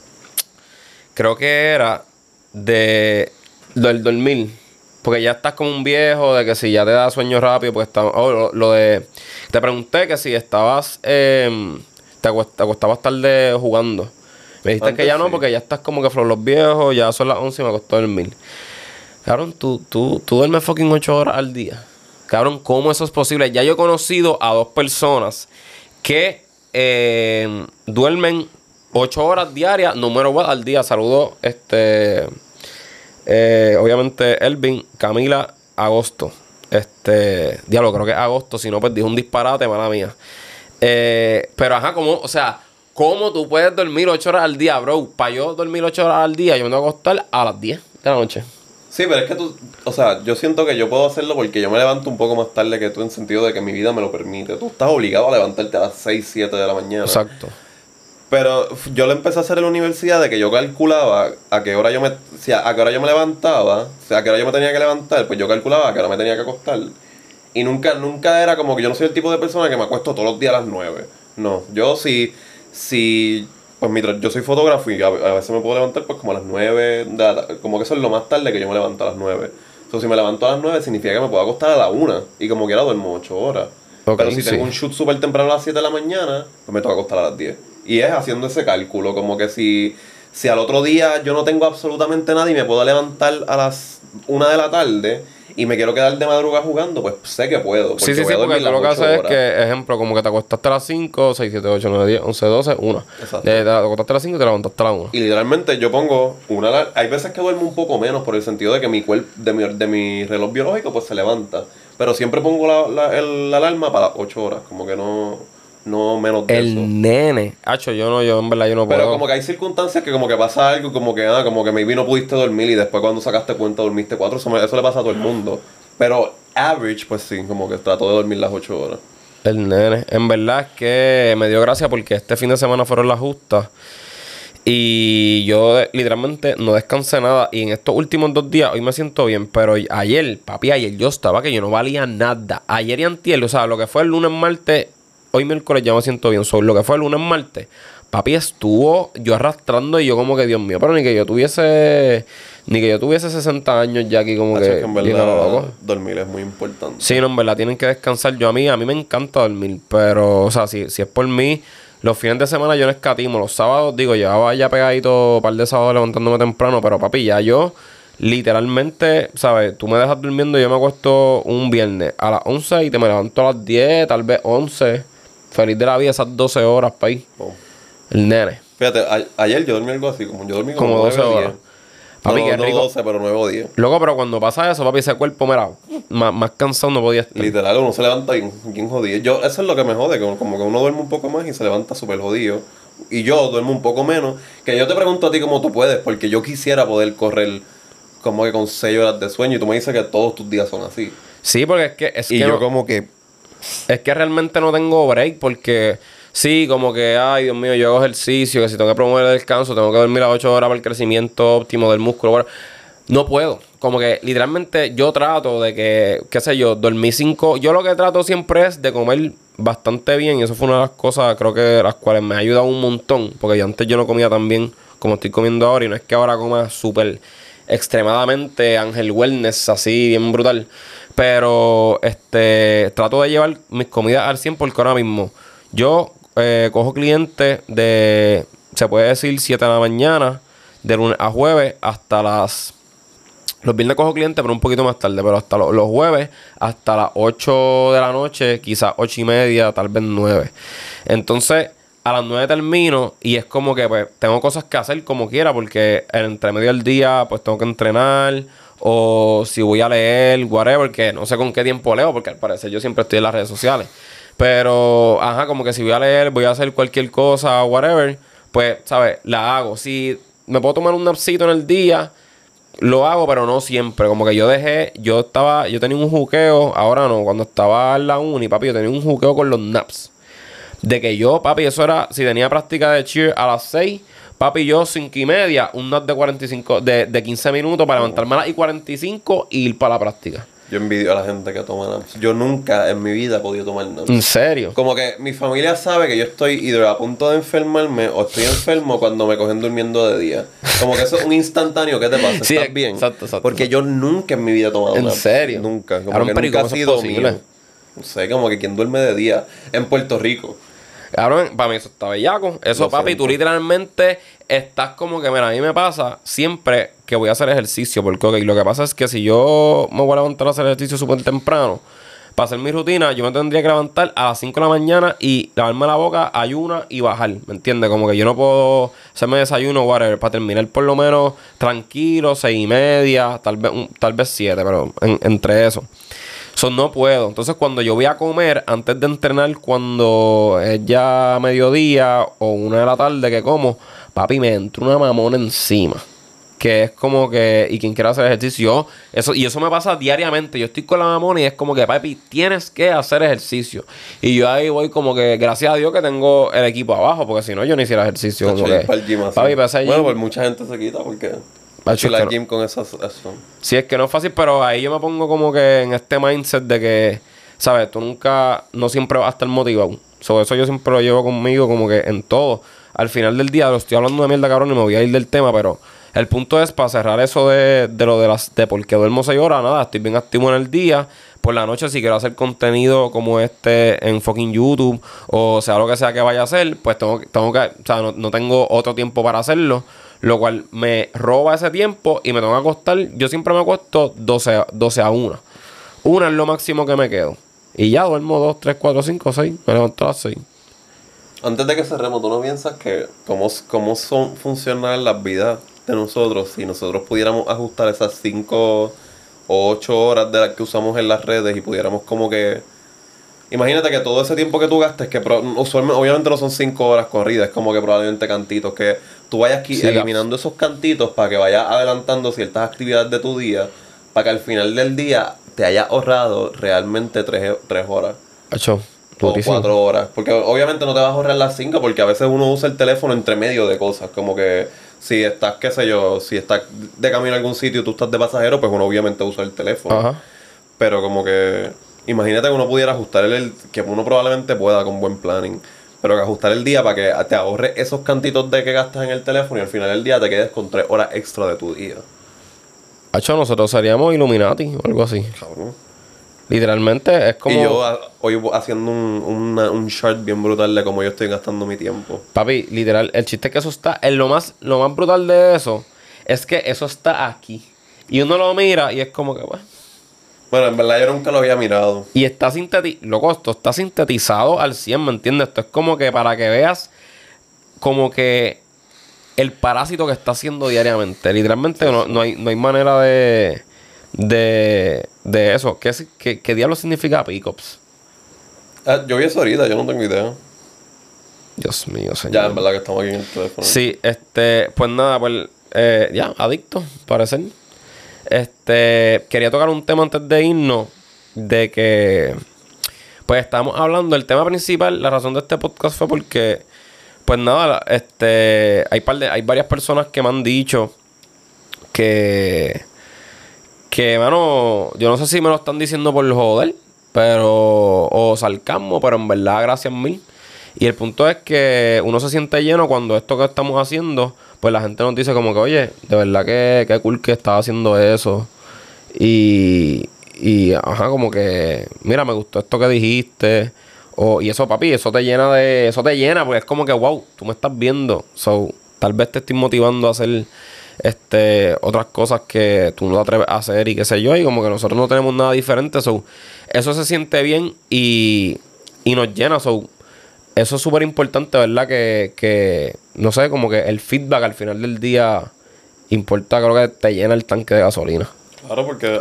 Creo que era del dormir. Porque ya estás como un viejo, de que si ya te da sueño rápido, pues está... Te pregunté que si estabas... te acostabas tarde jugando. Me dijiste Antes que ya no, sí. porque ya estás como que flor los viejos, ya son las 11 y me acostó a dormir. Cabrón, tú duermes fucking 8 horas al día. Cabrón, ¿cómo eso es posible? Ya yo he conocido a 2 personas que duermen 8 horas diarias, número 1 al día. Saludos, obviamente, Elvin, Camila, Agosto. Diablo, creo que es Agosto. Si no, pues dije un disparate, mala mía. Pero ajá, ¿cómo tú puedes dormir 8 horas al día, bro? Para yo dormir 8 horas al día, yo me tengo que acostar a las 10 de la noche. Sí, pero es que tú, o sea, yo siento que yo puedo hacerlo porque yo me levanto un poco más tarde que tú en sentido de que mi vida me lo permite. Tú estás obligado a levantarte a las 6, 7 de la mañana. Exacto. Pero yo lo empecé a hacer en la universidad de que yo calculaba a qué hora yo me, si a qué hora yo me levantaba, o sea, a qué hora yo me tenía que levantar, pues yo calculaba a qué hora me tenía que acostar. Y nunca era como que yo no soy el tipo de persona que me acuesto todos los días a las 9. No, yo sí, pues yo soy fotógrafo y a veces me puedo levantar pues como a las 9, como que eso es lo más tarde que yo me levanto a las 9. Entonces, si me levanto a las 9, significa que me puedo acostar a la 1. Y como quiera duermo 8 horas. Okay, pero si tengo un shoot súper temprano a las 7 de la mañana, pues me toca acostar a las 10. Y es haciendo ese cálculo, como que si al otro día yo no tengo absolutamente nada y me puedo levantar a las 1 de la tarde y me quiero quedar de madrugada jugando, pues sé que puedo. Porque sí, porque tú lo que haces es que, ejemplo, como que te acostaste a las 5, 6, 7, 8, 9, 10, 11, 12, 1. Exacto. Te acostaste a las 5 y te levantaste a las 1. Y literalmente yo pongo hay veces que duermo un poco menos por el sentido de que mi cuerpo, de mi reloj biológico, pues se levanta. Pero siempre pongo la alarma para las 8 horas, como que no menos de eso. El nene. Hacho, yo en verdad yo no puedo. Pero como que hay circunstancias que como que pasa algo, como que maybe no pudiste dormir y después cuando sacaste cuenta dormiste 4, eso le pasa a todo el mundo. Pero average, pues sí, como que trato de dormir las 8 horas. El nene. En verdad es que me dio gracia porque este fin de semana fueron las justas. Y yo literalmente no descansé nada. Y en estos últimos 2 días, hoy me siento bien. Pero ayer yo estaba que yo no valía nada. Ayer y antier, o sea, lo que fue el lunes, martes, hoy miércoles ya me siento bien. Sobre lo que fue el lunes, martes, papi estuvo yo arrastrando y yo como que, Dios mío, pero ni que yo tuviese 60 años ya aquí como que en verdad dormir es muy importante. Sí, no, en verdad tienen que descansar. A mí me encanta dormir, pero, o sea, si es por mí, los fines de semana yo no escatimo. Los sábados, llevaba ya pegadito un par de sábados levantándome temprano, pero papi, ya yo literalmente, ¿sabes? Tú me dejas durmiendo y yo me acuesto un viernes a las 11 y te me levanto a las 10, tal vez 11. Feliz de la vida esas 12 horas, país. Oh. El nene. Fíjate, ayer yo dormí algo así, yo dormí como 12 horas. Papi, no 12, pero 9 o 10. Loco, pero cuando pasa eso, papi, ese cuerpo, mira, más cansado no podía estar. Literal, uno se levanta bien jodido. Eso es lo que me jode, como que uno duerme un poco más y se levanta súper jodido. Y yo duermo un poco menos. Que yo te pregunto a ti cómo tú puedes, porque yo quisiera poder correr como que con 6 horas de sueño y tú me dices que todos tus días son así. Sí, porque y yo como que... Es que realmente no tengo break porque... Sí, como que, ay, Dios mío, yo hago ejercicio, que si tengo que promover el descanso, tengo que dormir las 8 horas para el crecimiento óptimo del músculo. Bueno, no puedo. Como que literalmente yo trato de que, qué sé yo, dormir 5... Yo lo que trato siempre es de comer bastante bien. Y eso fue una de las cosas, creo que las cuales me ha ayudado un montón. Porque antes yo no comía tan bien como estoy comiendo ahora. Y no es que ahora coma súper extremadamente Ángel Wellness, así bien brutal. Pero trato de llevar mis comidas al 100 porque ahora mismo yo... cojo clientes se puede decir 7 de la mañana, de lunes a jueves, hasta los viernes cojo clientes, pero un poquito más tarde, pero hasta los jueves, hasta las 8 de la noche, quizás 8 y media, tal vez 9. Entonces, a las 9 termino y es como que pues tengo cosas que hacer como quiera, porque entre medio del día, pues tengo que entrenar, o si voy a leer, whatever, que no sé con qué tiempo leo, porque al parecer yo siempre estoy en las redes sociales. Pero, como que si voy a leer, voy a hacer cualquier cosa, whatever, pues, ¿sabes? La hago. Si me puedo tomar un napcito en el día, lo hago, pero no siempre. Como que yo tenía un juqueo, ahora no, cuando estaba en la uni, papi, yo tenía un juqueo con los naps. De que yo, papi, eso era, si tenía práctica de cheer a las 6, papi, yo 5 y media, un nap de 45, de 15 minutos para levantarme a las 45 y ir para la práctica. Yo envidio a la gente que toma naps. Yo nunca en mi vida he podido tomar naps. ¿En serio? Como que mi familia sabe que yo estoy a punto de enfermarme o estoy enfermo cuando me cogen durmiendo de día. Como que eso es un instantáneo. ¿Qué te pasa? Sí, ¿Estás bien? Exacto. Porque yo nunca en mi vida he tomado naps. ¿En serio? Nunca. Como Cabrón, que pero nunca ha sido posible? mío. No sé, como que quien duerme de día en Puerto Rico. Cabrón, para mí eso está bellaco. Eso, Lo papi, siento. tú literalmente estás como que, mira, a mí me pasa siempre que voy a hacer ejercicio. Porque, ok, lo que pasa es que si yo me voy a levantar a hacer ejercicio súper temprano, para hacer mi rutina, yo me tendría que levantar a las 5 de la mañana y lavarme la boca, ayuna y bajar. ¿Me entiendes? Como que yo no puedo hacerme desayuno, whatever, para terminar por lo menos tranquilo, 6 y media, tal vez 7, pero entre eso. Eso no puedo. Entonces, cuando yo voy a comer, antes de entrenar, cuando es ya mediodía o 1 de la tarde que como, papi, me entra una mamona encima. Que es como que... Y quien quiera hacer ejercicio, eso me pasa diariamente. Yo estoy con la mamona y es como que, papi, tienes que hacer ejercicio. Y yo ahí voy como que, gracias a Dios que tengo el equipo abajo, porque si no, yo no hiciera ejercicio. Como que, para el gym así. Papi, para ese bueno, gym, pues mucha gente se quita porque... Macho, la es que gym con eso. Sí, es que no es fácil, pero ahí yo me pongo como que en este mindset de que, ¿sabes? Tú no siempre vas a estar motivado. Sobre eso yo siempre lo llevo conmigo como que en todo. Al final del día, lo estoy hablando de mierda, cabrón, y me voy a ir del tema, pero El punto es, para cerrar eso de lo de por qué duermo 6 horas, nada, estoy bien activo en el día. Por la noche, si quiero hacer contenido como este en fucking YouTube, o sea, lo que sea que vaya a hacer, pues tengo que, o sea, no tengo otro tiempo para hacerlo, lo cual me roba ese tiempo y me tengo que acostar. Yo siempre me acuesto 12 a 1. Una es lo máximo que me quedo. Y ya duermo 2, 3, 4, 5, 6. Me levanto a las 6. Antes de que cerremos, ¿tú no piensas que cómo funcionan las vidas de nosotros si nosotros pudiéramos ajustar esas 5 o 8 horas de las que usamos en las redes y pudiéramos como que... Imagínate que todo ese tiempo que tú gastes, que usualmente, obviamente no son 5 horas corridas, es como que probablemente cantitos, que tú vayas eliminando esos cantitos para que vayas adelantando ciertas actividades de tu día, para que al final del día te hayas ahorrado realmente 3 horas. Hecho. O 4 horas. Porque obviamente no te vas a ahorrar las 5 porque a veces uno usa el teléfono entre medio de cosas. Como que si estás, qué sé yo, si estás de camino a algún sitio y tú estás de pasajero, pues uno obviamente usa el teléfono. Ajá. Pero como que imagínate que uno pudiera ajustar que uno probablemente pueda con buen planning. Pero que ajustar el día para que te ahorres esos cantitos de que gastas en el teléfono y al final del día te quedes con 3 horas extra de tu día. Hecho, nosotros seríamos Illuminati o algo así. Cabrón. Literalmente es como... Y yo hoy haciendo un chart bien brutal de cómo yo estoy gastando mi tiempo. Papi, literal, el chiste es que eso está... lo más brutal de eso es que eso está aquí. Y uno lo mira y es como que... Bueno, en verdad yo nunca lo había mirado. Y está loco, esto está sintetizado al 100, ¿me entiendes? Esto es como que para que veas como que el parásito que está haciendo diariamente. Literalmente no hay manera de eso. ¿Qué diablo significa pickups? Yo vi eso ahorita, yo no tengo idea. Dios mío, señor. Ya, en verdad que estamos aquí en el teléfono. Sí, pues nada, pues ya, adicto, parecer. Quería tocar un tema antes de irnos, de que pues estábamos hablando, el tema principal, la razón de este podcast fue porque, pues nada, hay varias personas que me han dicho que, mano, yo no sé si me lo están diciendo por joder, o sarcasmo, pero en verdad gracias mil. Y el punto es que uno se siente lleno cuando esto que estamos haciendo, pues la gente nos dice como que, oye, de verdad que cool que estás haciendo eso. Y ajá, como que, mira, me gustó esto que dijiste. Y eso, papi, eso te llena, porque es como que, wow, tú me estás viendo. So, tal vez te estoy motivando a hacer otras cosas que tú no te atreves a hacer y qué sé yo. Y como que nosotros no tenemos nada diferente. So, eso se siente bien y nos llena. So, eso es súper importante, ¿verdad? Que, no sé, como que el feedback al final del día importa, creo que te llena el tanque de gasolina. Claro, porque,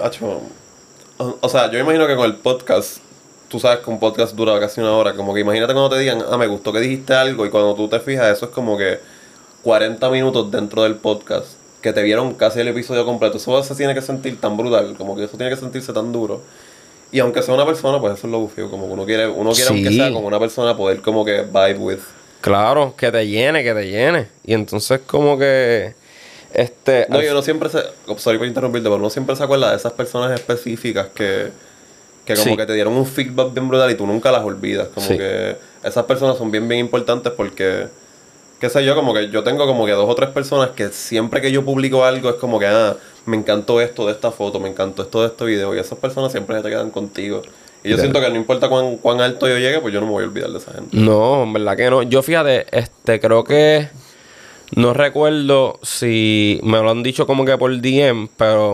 o sea, yo imagino que con el podcast, tú sabes que un podcast dura casi 1 hora. Como que imagínate cuando te digan, me gustó que dijiste algo, y cuando tú te fijas, eso es como que 40 minutos dentro del podcast, que te vieron casi el episodio completo. Eso se tiene que sentir tan brutal, como que eso tiene que sentirse tan duro. Y aunque sea una persona, pues eso es lo bufio. Como que uno quiere sí, aunque sea con una persona, poder como que vibe with. Claro, que te llene. Y entonces como que... No, yo no siempre sorry por interrumpirte, pero uno siempre se acuerda de esas personas específicas que como sí, que te dieron un feedback bien brutal y tú nunca las olvidas. Como sí, que esas personas son bien importantes porque... Qué sé yo, como que yo tengo como que 2 o 3 personas que siempre que yo publico algo es como que, me encantó esto de esta foto, me encantó esto de este video, y esas personas siempre se te quedan contigo. Y yo siento que no importa cuán alto yo llegue, pues yo no me voy a olvidar de esa gente. No, en verdad que no. Yo fíjate, creo que no recuerdo si me lo han dicho como que por DM, pero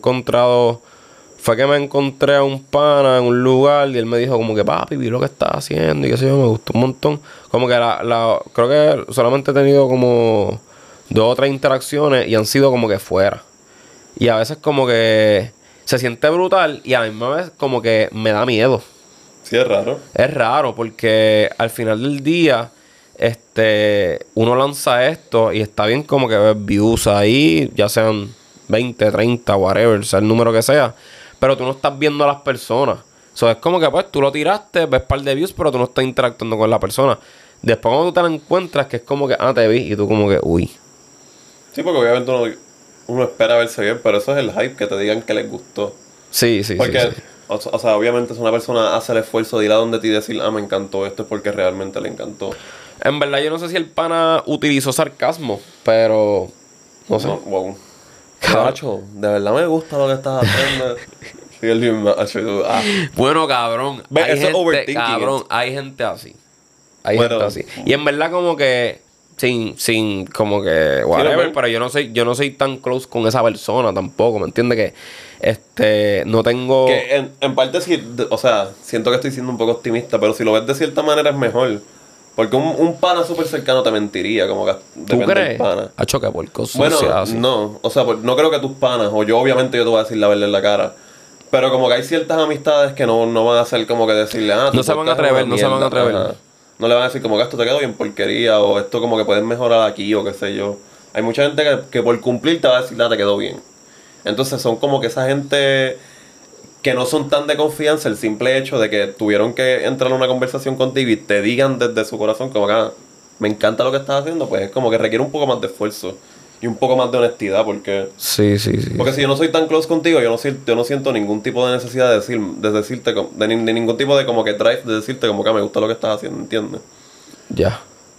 fue que me encontré a un pana en un lugar y él me dijo como que, papi, vi lo que estás haciendo y qué sé yo, me gustó un montón. Como que creo que solamente he tenido como 2 o 3 interacciones y han sido como que fuera. Y a veces como que se siente brutal y a la misma vez como que me da miedo. Sí, es raro. Es raro porque al final del día uno lanza esto y está bien como que ver views ahí, ya sean 20, 30, whatever, sea el número que sea. Pero tú no estás viendo a las personas. Es como que pues tú lo tiraste, ves par de views, pero tú no estás interactuando con la persona. Después cuando tú te la encuentras, que es como que, te vi, y tú como que, uy. Sí, porque obviamente uno espera verse bien, pero eso es el hype, que te digan que les gustó. Sí. Porque, o sea, obviamente si una persona hace el esfuerzo de ir a donde ti y decir, me encantó esto, es porque realmente le encantó. En verdad yo no sé si el pana utilizó sarcasmo, pero No sé. No, wow. Cabrón. Macho, de verdad me gusta lo que estás haciendo. Sí, el mismo, macho, y tú, Bueno, cabrón. Ve, Hay eso es gente, overthinking cabrón, it. hay gente así. Hay Bueno, gente así. Y en verdad como que sin como que whatever, man. pero yo no soy tan close con esa persona tampoco, ¿me entiendes? Que no tengo Que en parte sí, o sea, siento que estoy siendo un poco optimista, pero si lo ves de cierta manera es mejor. Porque un pana súper cercano te mentiría, como que ¿Tú depende del crees? pana. A choque por Bueno, sea así. no, o sea, pues, no creo que tus panas, o yo obviamente yo te voy a decir la verdad en la cara, pero como que hay ciertas amistades que no van a hacer como que decirle, No tu se van a podcast es una atrever, no se van a mierda, atrever. ajá. No le van a decir como que esto te quedó bien porquería, o esto como que puedes mejorar aquí, o qué sé yo. Hay mucha gente que por cumplir te va a decir, te quedó bien. Entonces son como que esa gente que no son tan de confianza, el simple hecho de que tuvieron que entrar en una conversación contigo y te digan desde su corazón como que me encanta lo que estás haciendo, pues es como que requiere un poco más de esfuerzo y un poco más de honestidad, porque Sí. si yo no soy tan close contigo, yo no siento ningún tipo de necesidad de decirte, de ningún tipo de como que drive, de decirte como que me gusta lo que estás haciendo, ¿entiendes? Ya.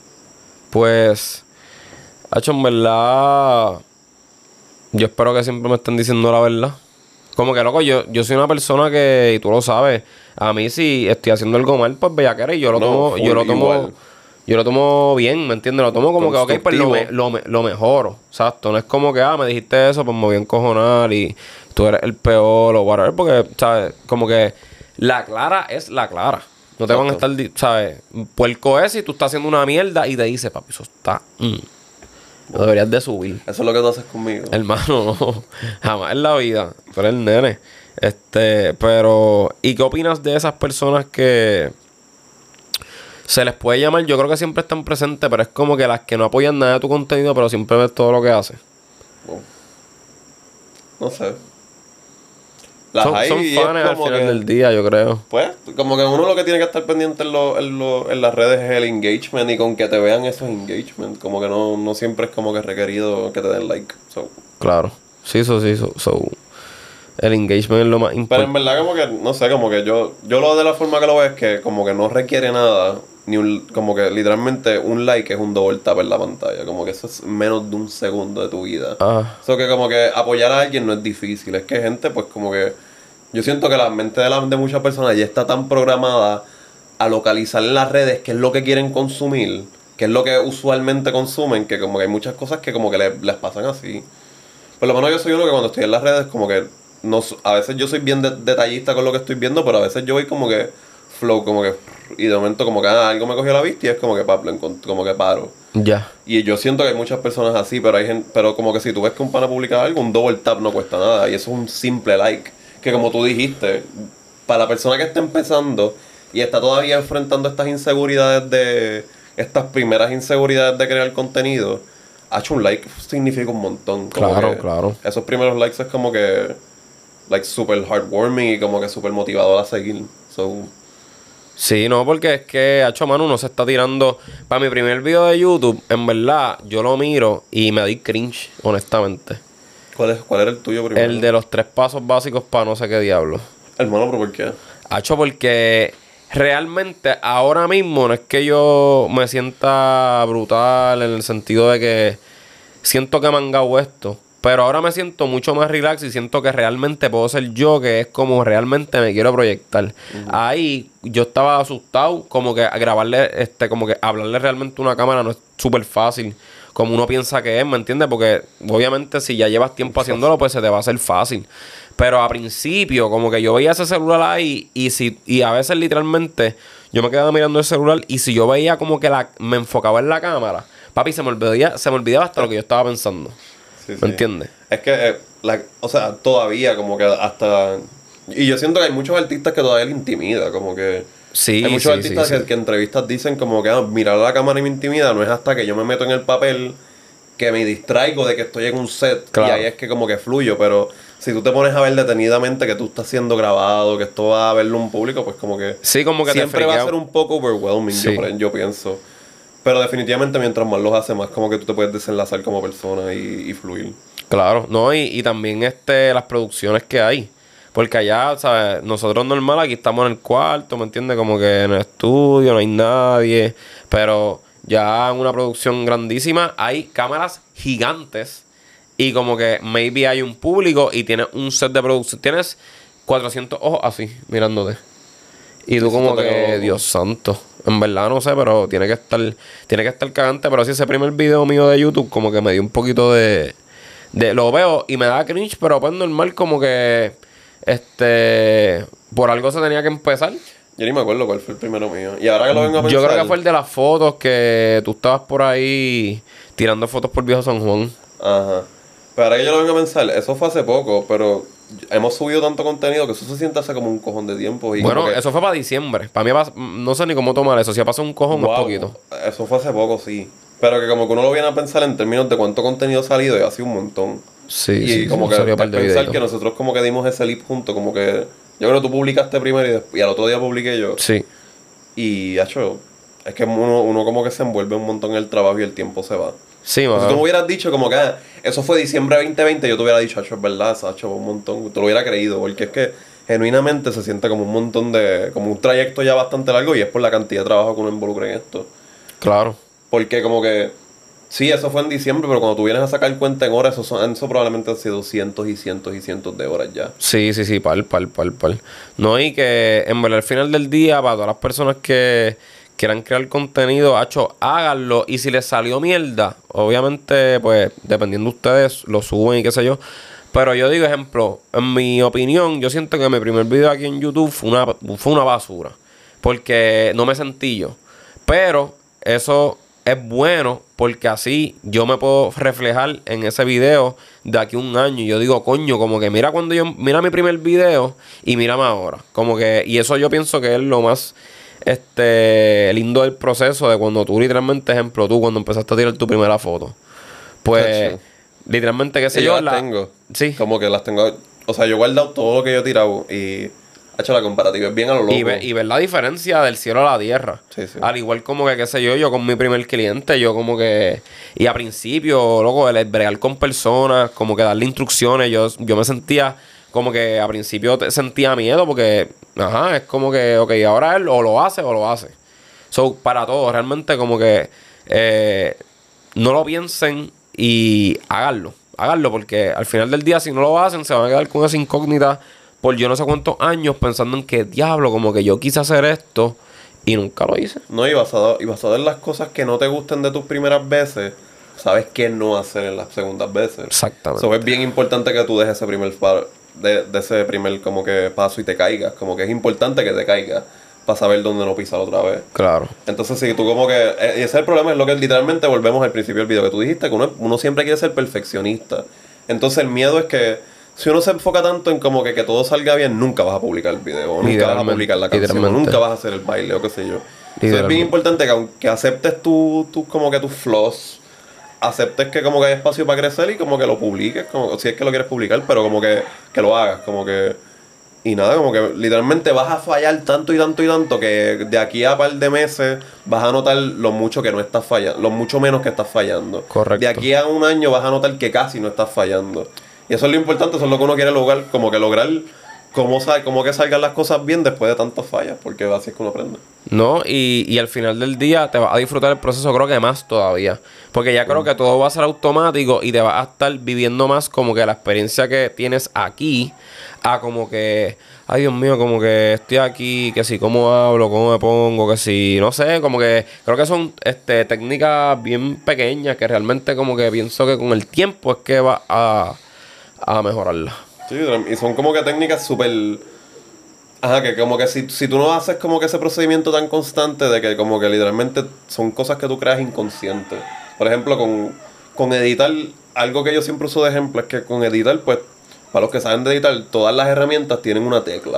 Pues, hacho, en verdad, yo espero que siempre me estén diciendo la verdad. Como que, loco, yo soy una persona que, y tú lo sabes, a mí si estoy haciendo algo mal, pues bellaquera y yo lo No, tomo, full igual. yo lo tomo bien, ¿me entiendes? Lo tomo como que, ok, pues Constructivo. lo mejoro, exacto. No es como que, me dijiste eso, pues me voy a encojonar y tú eres el peor o whatever, porque, ¿sabes? Como que la clara es la clara. No te van a Exacto. estar, ¿sabes? Puerco es si tú estás haciendo una mierda y te dice, papi, eso está... Lo deberías de subir. Eso es lo que tú haces conmigo. Hermano, no. Jamás en la vida. Tú eres el nene. Pero... ¿Y qué opinas de esas personas que se les puede llamar? Yo creo que siempre están presentes, pero es como que las que no apoyan nada de tu contenido, pero siempre ves todo lo que haces. Wow. No sé. Las Son hay y es fans al como final que... del día, yo creo. Pues, como que uno lo que tiene que estar pendiente en las redes es el engagement y con que te vean esos engagement. Como que no siempre es como que requerido que te den like. So. Claro. Sí, eso sí. El engagement es lo más Pero en importante. verdad como que, no sé, como que yo lo de la forma que lo veo es que como que no requiere nada. Como que literalmente un like es un double tap en la pantalla. Como que eso es menos de un segundo de tu vida. Ah, Eso que como que apoyar a alguien no es difícil. Es que gente pues como que... Yo siento que la mente de muchas personas ya está tan programada a localizar en las redes qué es lo que quieren consumir, qué es lo que usualmente consumen, que como que hay muchas cosas que como que les pasan así. Por lo menos yo soy uno que cuando estoy en las redes como que a veces yo soy bien detallista con lo que estoy viendo, pero a veces yo voy como que flow, como que y de momento como que algo me cogió la vista y es como que como que paro. ya. Y yo siento que hay muchas personas así, pero hay gente, pero como que si tú ves que un pana publica algo, un double tap no cuesta nada y eso es un simple like, que como tú dijiste, para la persona que está empezando y está todavía enfrentando estas primeras inseguridades de crear contenido, ha hecho un like significa un montón. Como Claro, que claro. esos primeros likes es como que like super heartwarming y como que super motivador a seguir. So, Sí, no, porque es que, hacho, mano, uno se está tirando. Para mi primer video de YouTube, en verdad, yo lo miro y me doy cringe, honestamente. ¿cuál era el tuyo primero? El de los 3 pasos básicos para no sé qué diablo. Hermano, pero ¿por qué? Hacho, porque realmente ahora mismo no es que yo me sienta brutal en el sentido de que siento que me han mangado esto. Pero ahora me siento mucho más relax y siento que realmente puedo ser yo, que es como realmente me quiero proyectar. Ahí yo estaba asustado, como que a grabarle, como que hablarle realmente a una cámara no es súper fácil, como uno piensa que es, ¿me entiendes? Porque obviamente si ya llevas tiempo haciéndolo, pues se te va a hacer fácil. Pero a principio, como que yo veía ese celular ahí y a veces literalmente yo me quedaba mirando el celular y si yo veía como que me enfocaba en la cámara, papi, se me olvidaba hasta lo que yo estaba pensando. Sí, ¿Me sí. entiendes? Es que, o sea, todavía como que hasta... Y yo siento que hay muchos artistas que todavía le intimida, como que... Sí, Hay muchos sí, artistas sí. que en entrevistas dicen como que mirar a la cámara y me intimida, no es hasta que yo me meto en el papel que me distraigo de que estoy en un set Claro. y ahí es que como que fluyo, pero si tú te pones a ver detenidamente que tú estás siendo grabado, que esto va a verlo un público, pues como que... Sí, como que te siempre va a friquea. ser un poco overwhelming, Sí. yo pienso. Pero definitivamente mientras más los hace, más como que tú te puedes desenlazar como persona y fluir. Claro, no, y también las producciones que hay. Porque allá, ¿sabes? Nosotros normal, aquí estamos en el cuarto, ¿me entiendes? Como que en el estudio no hay nadie. Pero ya en una producción grandísima hay cámaras gigantes y como que maybe hay un público y tienes un set de producción. Tienes 400 ojos así, mirándote. Y tú Eso como está que, loco. Dios santo. En verdad no sé, pero tiene que estar cagante. Pero sí, ese primer video mío de YouTube como que me dio un poquito lo veo y me da cringe, pero pues normal como que, por algo se tenía que empezar. Yo ni me acuerdo cuál fue el primero mío. Y ahora que lo vengo a pensar... Yo creo que fue el de las fotos que tú estabas por ahí tirando fotos por Viejo San Juan. Ajá. Pero ahora que yo lo vengo a pensar, eso fue hace poco, pero hemos subido tanto contenido que eso se siente hace como un cojón de tiempo. Y Bueno, como que, eso fue para diciembre. Para mí, no sé ni cómo tomar eso. Si ha pasado un cojón, es wow, poquito. eso fue hace poco, sí. Pero que como que uno lo viene a pensar en términos de cuánto contenido ha salido y ha sido un montón. Sí, Y sí, como sí, que salió un par de pensar videitos. que nosotros como que dimos ese leap juntos, como que... Yo creo que tú publicaste primero y al otro día publiqué yo. Sí, Y, hecho, es que uno como que se envuelve un montón en el trabajo y el tiempo se va. sí, Si tú mano. me hubieras dicho como que eso fue diciembre de 2020, yo te hubiera dicho, hecho, es verdad, Sacho, un montón. Te lo hubiera creído, porque es que genuinamente se siente como un montón de... Como un trayecto ya bastante largo y es por la cantidad de trabajo que uno involucra en esto. Claro. Porque como que... Sí, eso fue en diciembre, pero cuando tú vienes a sacar cuenta en horas, eso probablemente han sido cientos y cientos y cientos de horas ya. Sí, pal. No, y que en verdad al final del día, para todas las personas que quieran crear contenido, háganlo. Y si les salió mierda, obviamente, pues, dependiendo de ustedes, lo suben y qué sé yo. Pero yo digo, ejemplo, en mi opinión, yo siento que mi primer video aquí en YouTube fue una basura. Porque no me sentí yo. Pero eso es bueno porque así yo me puedo reflejar en ese video de aquí a un año. Y yo digo, coño, como que mira mi primer video y mírame ahora. Como que, y eso yo pienso que es lo más lindo del proceso de cuando tú literalmente, ejemplo, tú cuando empezaste a tirar tu primera foto. Pues, Tacho. literalmente, qué sé Y yo, yo las tengo. Sí. Como que las tengo... O sea, yo he guardado todo lo que yo he tirado y... Hecho, la comparativa es bien a lo loco. Y ver la diferencia del cielo a la tierra. Sí, sí. Al igual como que, qué sé yo con mi primer cliente, yo como que... Y a principio, loco, el bregar con personas, como que darle instrucciones, yo me sentía como que a principio sentía miedo porque, es como que, ok, ahora él o lo hace o lo hace. So, para todos, realmente como que no lo piensen y háganlo. Háganlo porque al final del día, si no lo hacen, se van a quedar con esa incógnita por yo no sé cuántos años pensando en que diablo, como que yo quise hacer esto y nunca lo hice. No, y basado en las cosas que no te gusten de tus primeras veces, sabes qué no hacer en las segundas veces. Exactamente. So, es bien importante que tú dejes ese primer de ese primer como que paso y te caigas. Como que es importante que te caigas para saber dónde no pisar otra vez. Claro. Entonces, si tú como que... y ese es el problema, es lo que literalmente volvemos al principio del video que tú dijiste, que uno siempre quiere ser perfeccionista. Entonces, el miedo es que si uno se enfoca tanto en como que todo salga bien, nunca vas a publicar el video, o nunca vas a publicar la canción, o nunca vas a hacer el baile, o qué sé yo. Entonces, es bien importante que aunque aceptes como que tus flaws, aceptes que como que hay espacio para crecer y como que lo publiques, como si es que lo quieres publicar, pero como que lo hagas, como que... Y nada, como que literalmente vas a fallar tanto y tanto y tanto que de aquí a un par de meses vas a notar lo mucho que no estás fallando, lo mucho menos que estás fallando. Correcto. De aquí a un año vas a notar que casi no estás fallando. Y eso es lo importante, eso es lo que uno quiere lograr, como que lograr cómo que salgan las cosas bien después de tantas fallas, porque así es que uno aprende. No, y al final del día te vas a disfrutar el proceso, creo que más todavía. Porque ya creo que todo va a ser automático y te vas a estar viviendo más como que la experiencia que tienes aquí, a como que, ay Dios mío, como que estoy aquí, que si cómo hablo, cómo me pongo, que si, no sé, como que creo que son técnicas bien pequeñas que realmente como que pienso que con el tiempo es que va a mejorarla. Sí, y son como que técnicas súper... Ajá, que como que si tú no haces como que ese procedimiento tan constante de que como que literalmente son cosas que tú creas inconscientes. Por ejemplo, con editar, algo que yo siempre uso de ejemplo es que con editar, pues, para los que saben de editar, todas las herramientas tienen una tecla.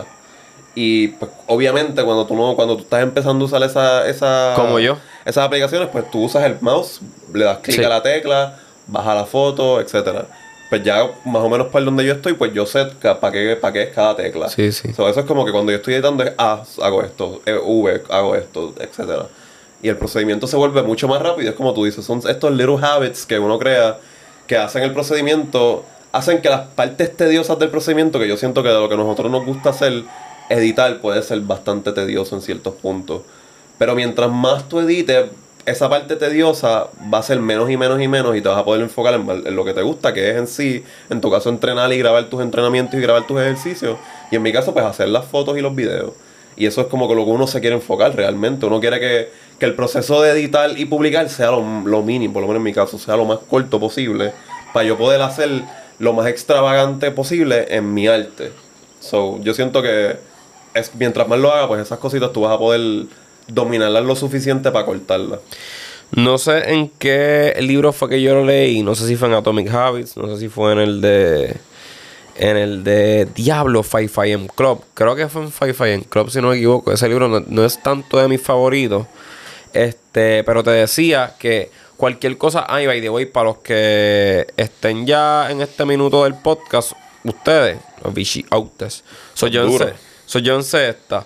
Y pues obviamente cuando tú estás empezando a usar esa Como yo. esas aplicaciones, pues tú usas el mouse, le das clic Sí. a la tecla, baja la foto, etcétera. Pues ya más o menos para donde yo estoy, pues yo sé para qué es cada tecla. Sí, sí. So, eso es como que cuando yo estoy editando es A, hago esto, V, hago esto, etcétera. Y el procedimiento se vuelve mucho más rápido. Es como tú dices, son estos little habits que uno crea que hacen el procedimiento, hacen que las partes tediosas del procedimiento, que yo siento que de lo que a nosotros nos gusta hacer, editar puede ser bastante tedioso en ciertos puntos. Pero mientras más tú edites, esa parte tediosa va a ser menos y menos y menos y te vas a poder enfocar en lo que te gusta, que es en sí, en tu caso, entrenar y grabar tus entrenamientos y grabar tus ejercicios. Y en mi caso, pues hacer las fotos y los videos. Y eso es como que lo que uno se quiere enfocar realmente. Uno quiere que el proceso de editar y publicar sea lo mínimo, por lo menos en mi caso, sea lo más corto posible, para yo poder hacer lo más extravagante posible en mi arte. So, yo siento que mientras más lo haga, pues esas cositas tú vas a poder dominarlas lo suficiente para cortarlas. No sé en qué libro fue que yo lo leí. No sé si fue en Atomic Habits. No sé si fue en el de... En el de Diablo 5 Club. Creo que fue en 5 Club, si no me equivoco. Ese libro no es tanto de mis favoritos. Pero te decía que cualquier cosa... Ay, by the way, para los que estén ya en este minuto del podcast, ustedes, los bichiautes, soy yo en esta.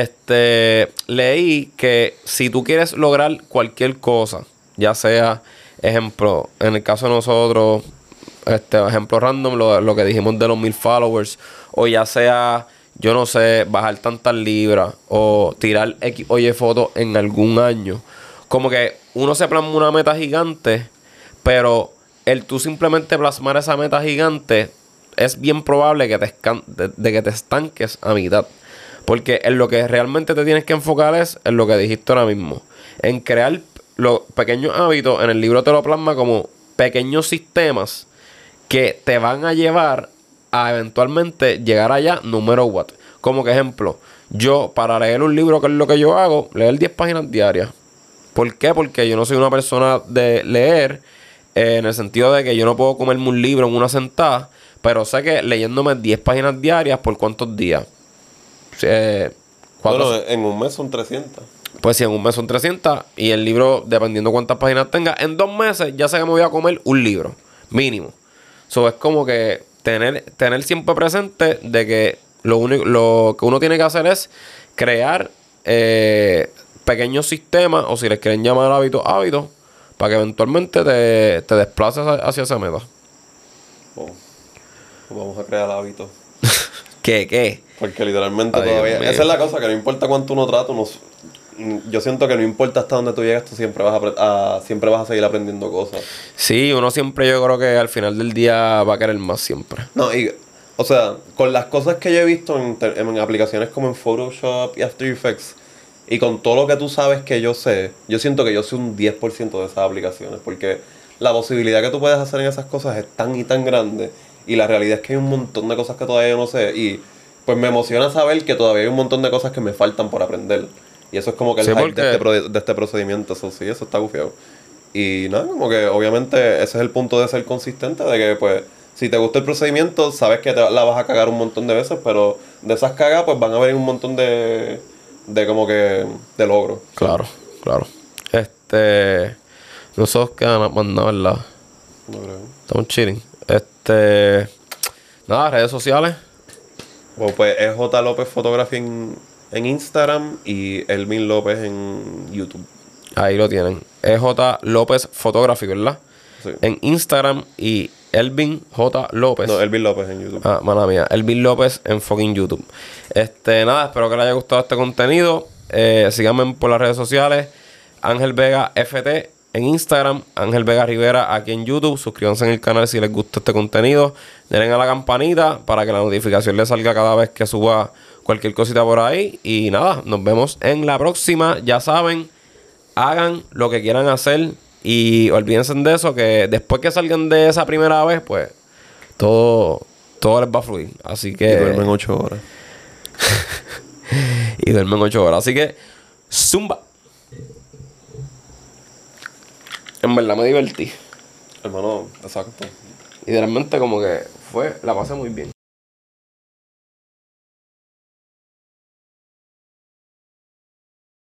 Leí que si tú quieres lograr cualquier cosa, ya sea, ejemplo, en el caso de nosotros, ejemplo random, lo que dijimos de los 1000 followers, o ya sea, yo no sé, bajar tantas libras, o tirar X o Y fotos en algún año. Como que uno se plasma una meta gigante, pero el tú simplemente plasmar esa meta gigante, es bien probable que que te estanques a mitad. Porque en lo que realmente te tienes que enfocar es en lo que dijiste ahora mismo. En crear los pequeños hábitos. En el libro te lo plasma como pequeños sistemas que te van a llevar a eventualmente llegar allá, número what. Como que ejemplo, yo para leer un libro, que es lo que yo hago, leer 10 páginas diarias. ¿Por qué? Porque yo no soy una persona de leer, en el sentido de que yo no puedo comerme un libro en una sentada, pero sé que leyéndome 10 páginas diarias, ¿por cuántos días? Bueno, en un mes son 300. Pues si en un mes son 300 y el libro, dependiendo cuántas páginas tenga, en 2 meses ya sé que me voy a comer un libro, mínimo. Eso es como que tener siempre presente de que lo que uno tiene que hacer es crear pequeños sistemas, o si les quieren llamar hábitos, para que eventualmente te desplaces hacia esa meta. Pues vamos a crear hábitos. ¿Qué? Porque literalmente Ay, todavía... Dios Esa es la cosa, que no importa cuánto uno trata, yo siento que no importa hasta dónde tú llegas, tú siempre siempre vas a seguir aprendiendo cosas. Sí, uno siempre, yo creo que al final del día va a querer más siempre. No, o sea, con las cosas que yo he visto en aplicaciones como en Photoshop y After Effects, y con todo lo que tú sabes que yo sé, yo siento que yo soy un 10% de esas aplicaciones, porque la posibilidad que tú puedes hacer en esas cosas es tan y tan grande, y la realidad es que hay un montón de cosas que todavía yo no sé, y pues me emociona saber que todavía hay un montón de cosas que me faltan por aprender. Y eso es como que el hype de este procedimiento. Eso sí, eso está gufiado. Y nada, como que obviamente ese es el punto de ser consistente, de que pues si te gusta el procedimiento, sabes que la vas a cagar un montón de veces, pero de esas cagas pues van a haber un montón de como que de logros. Claro. Nosotros quedan más nada, ¿verdad? No creo. Estamos chilling. Nada, redes sociales. Bueno, pues es J. López Fotografía en Instagram y Elvin López en YouTube. Ahí lo tienen. EJ López Photography, ¿verdad? Sí. En Instagram y Elvin J. López. No, Elvin López en YouTube. Ah, mala mía. Elvin López en fucking YouTube. Nada, espero que les haya gustado este contenido. Síganme por las redes sociales. Ángel Vega FT en Instagram. Ángel Vega Rivera aquí en YouTube. Suscríbanse en el canal si les gusta este contenido. Denle a la campanita para que la notificación les salga cada vez que suba cualquier cosita por ahí. Y nada, nos vemos en la próxima. Ya saben, hagan lo que quieran hacer. Y olvídense de eso, que después que salgan de esa primera vez, pues todo les va a fluir. Así que... Y duermen 8 horas. Y duermen 8 horas. Así que, zumba. En verdad me divertí. Hermano, exacto. Y realmente como que la pasé muy bien.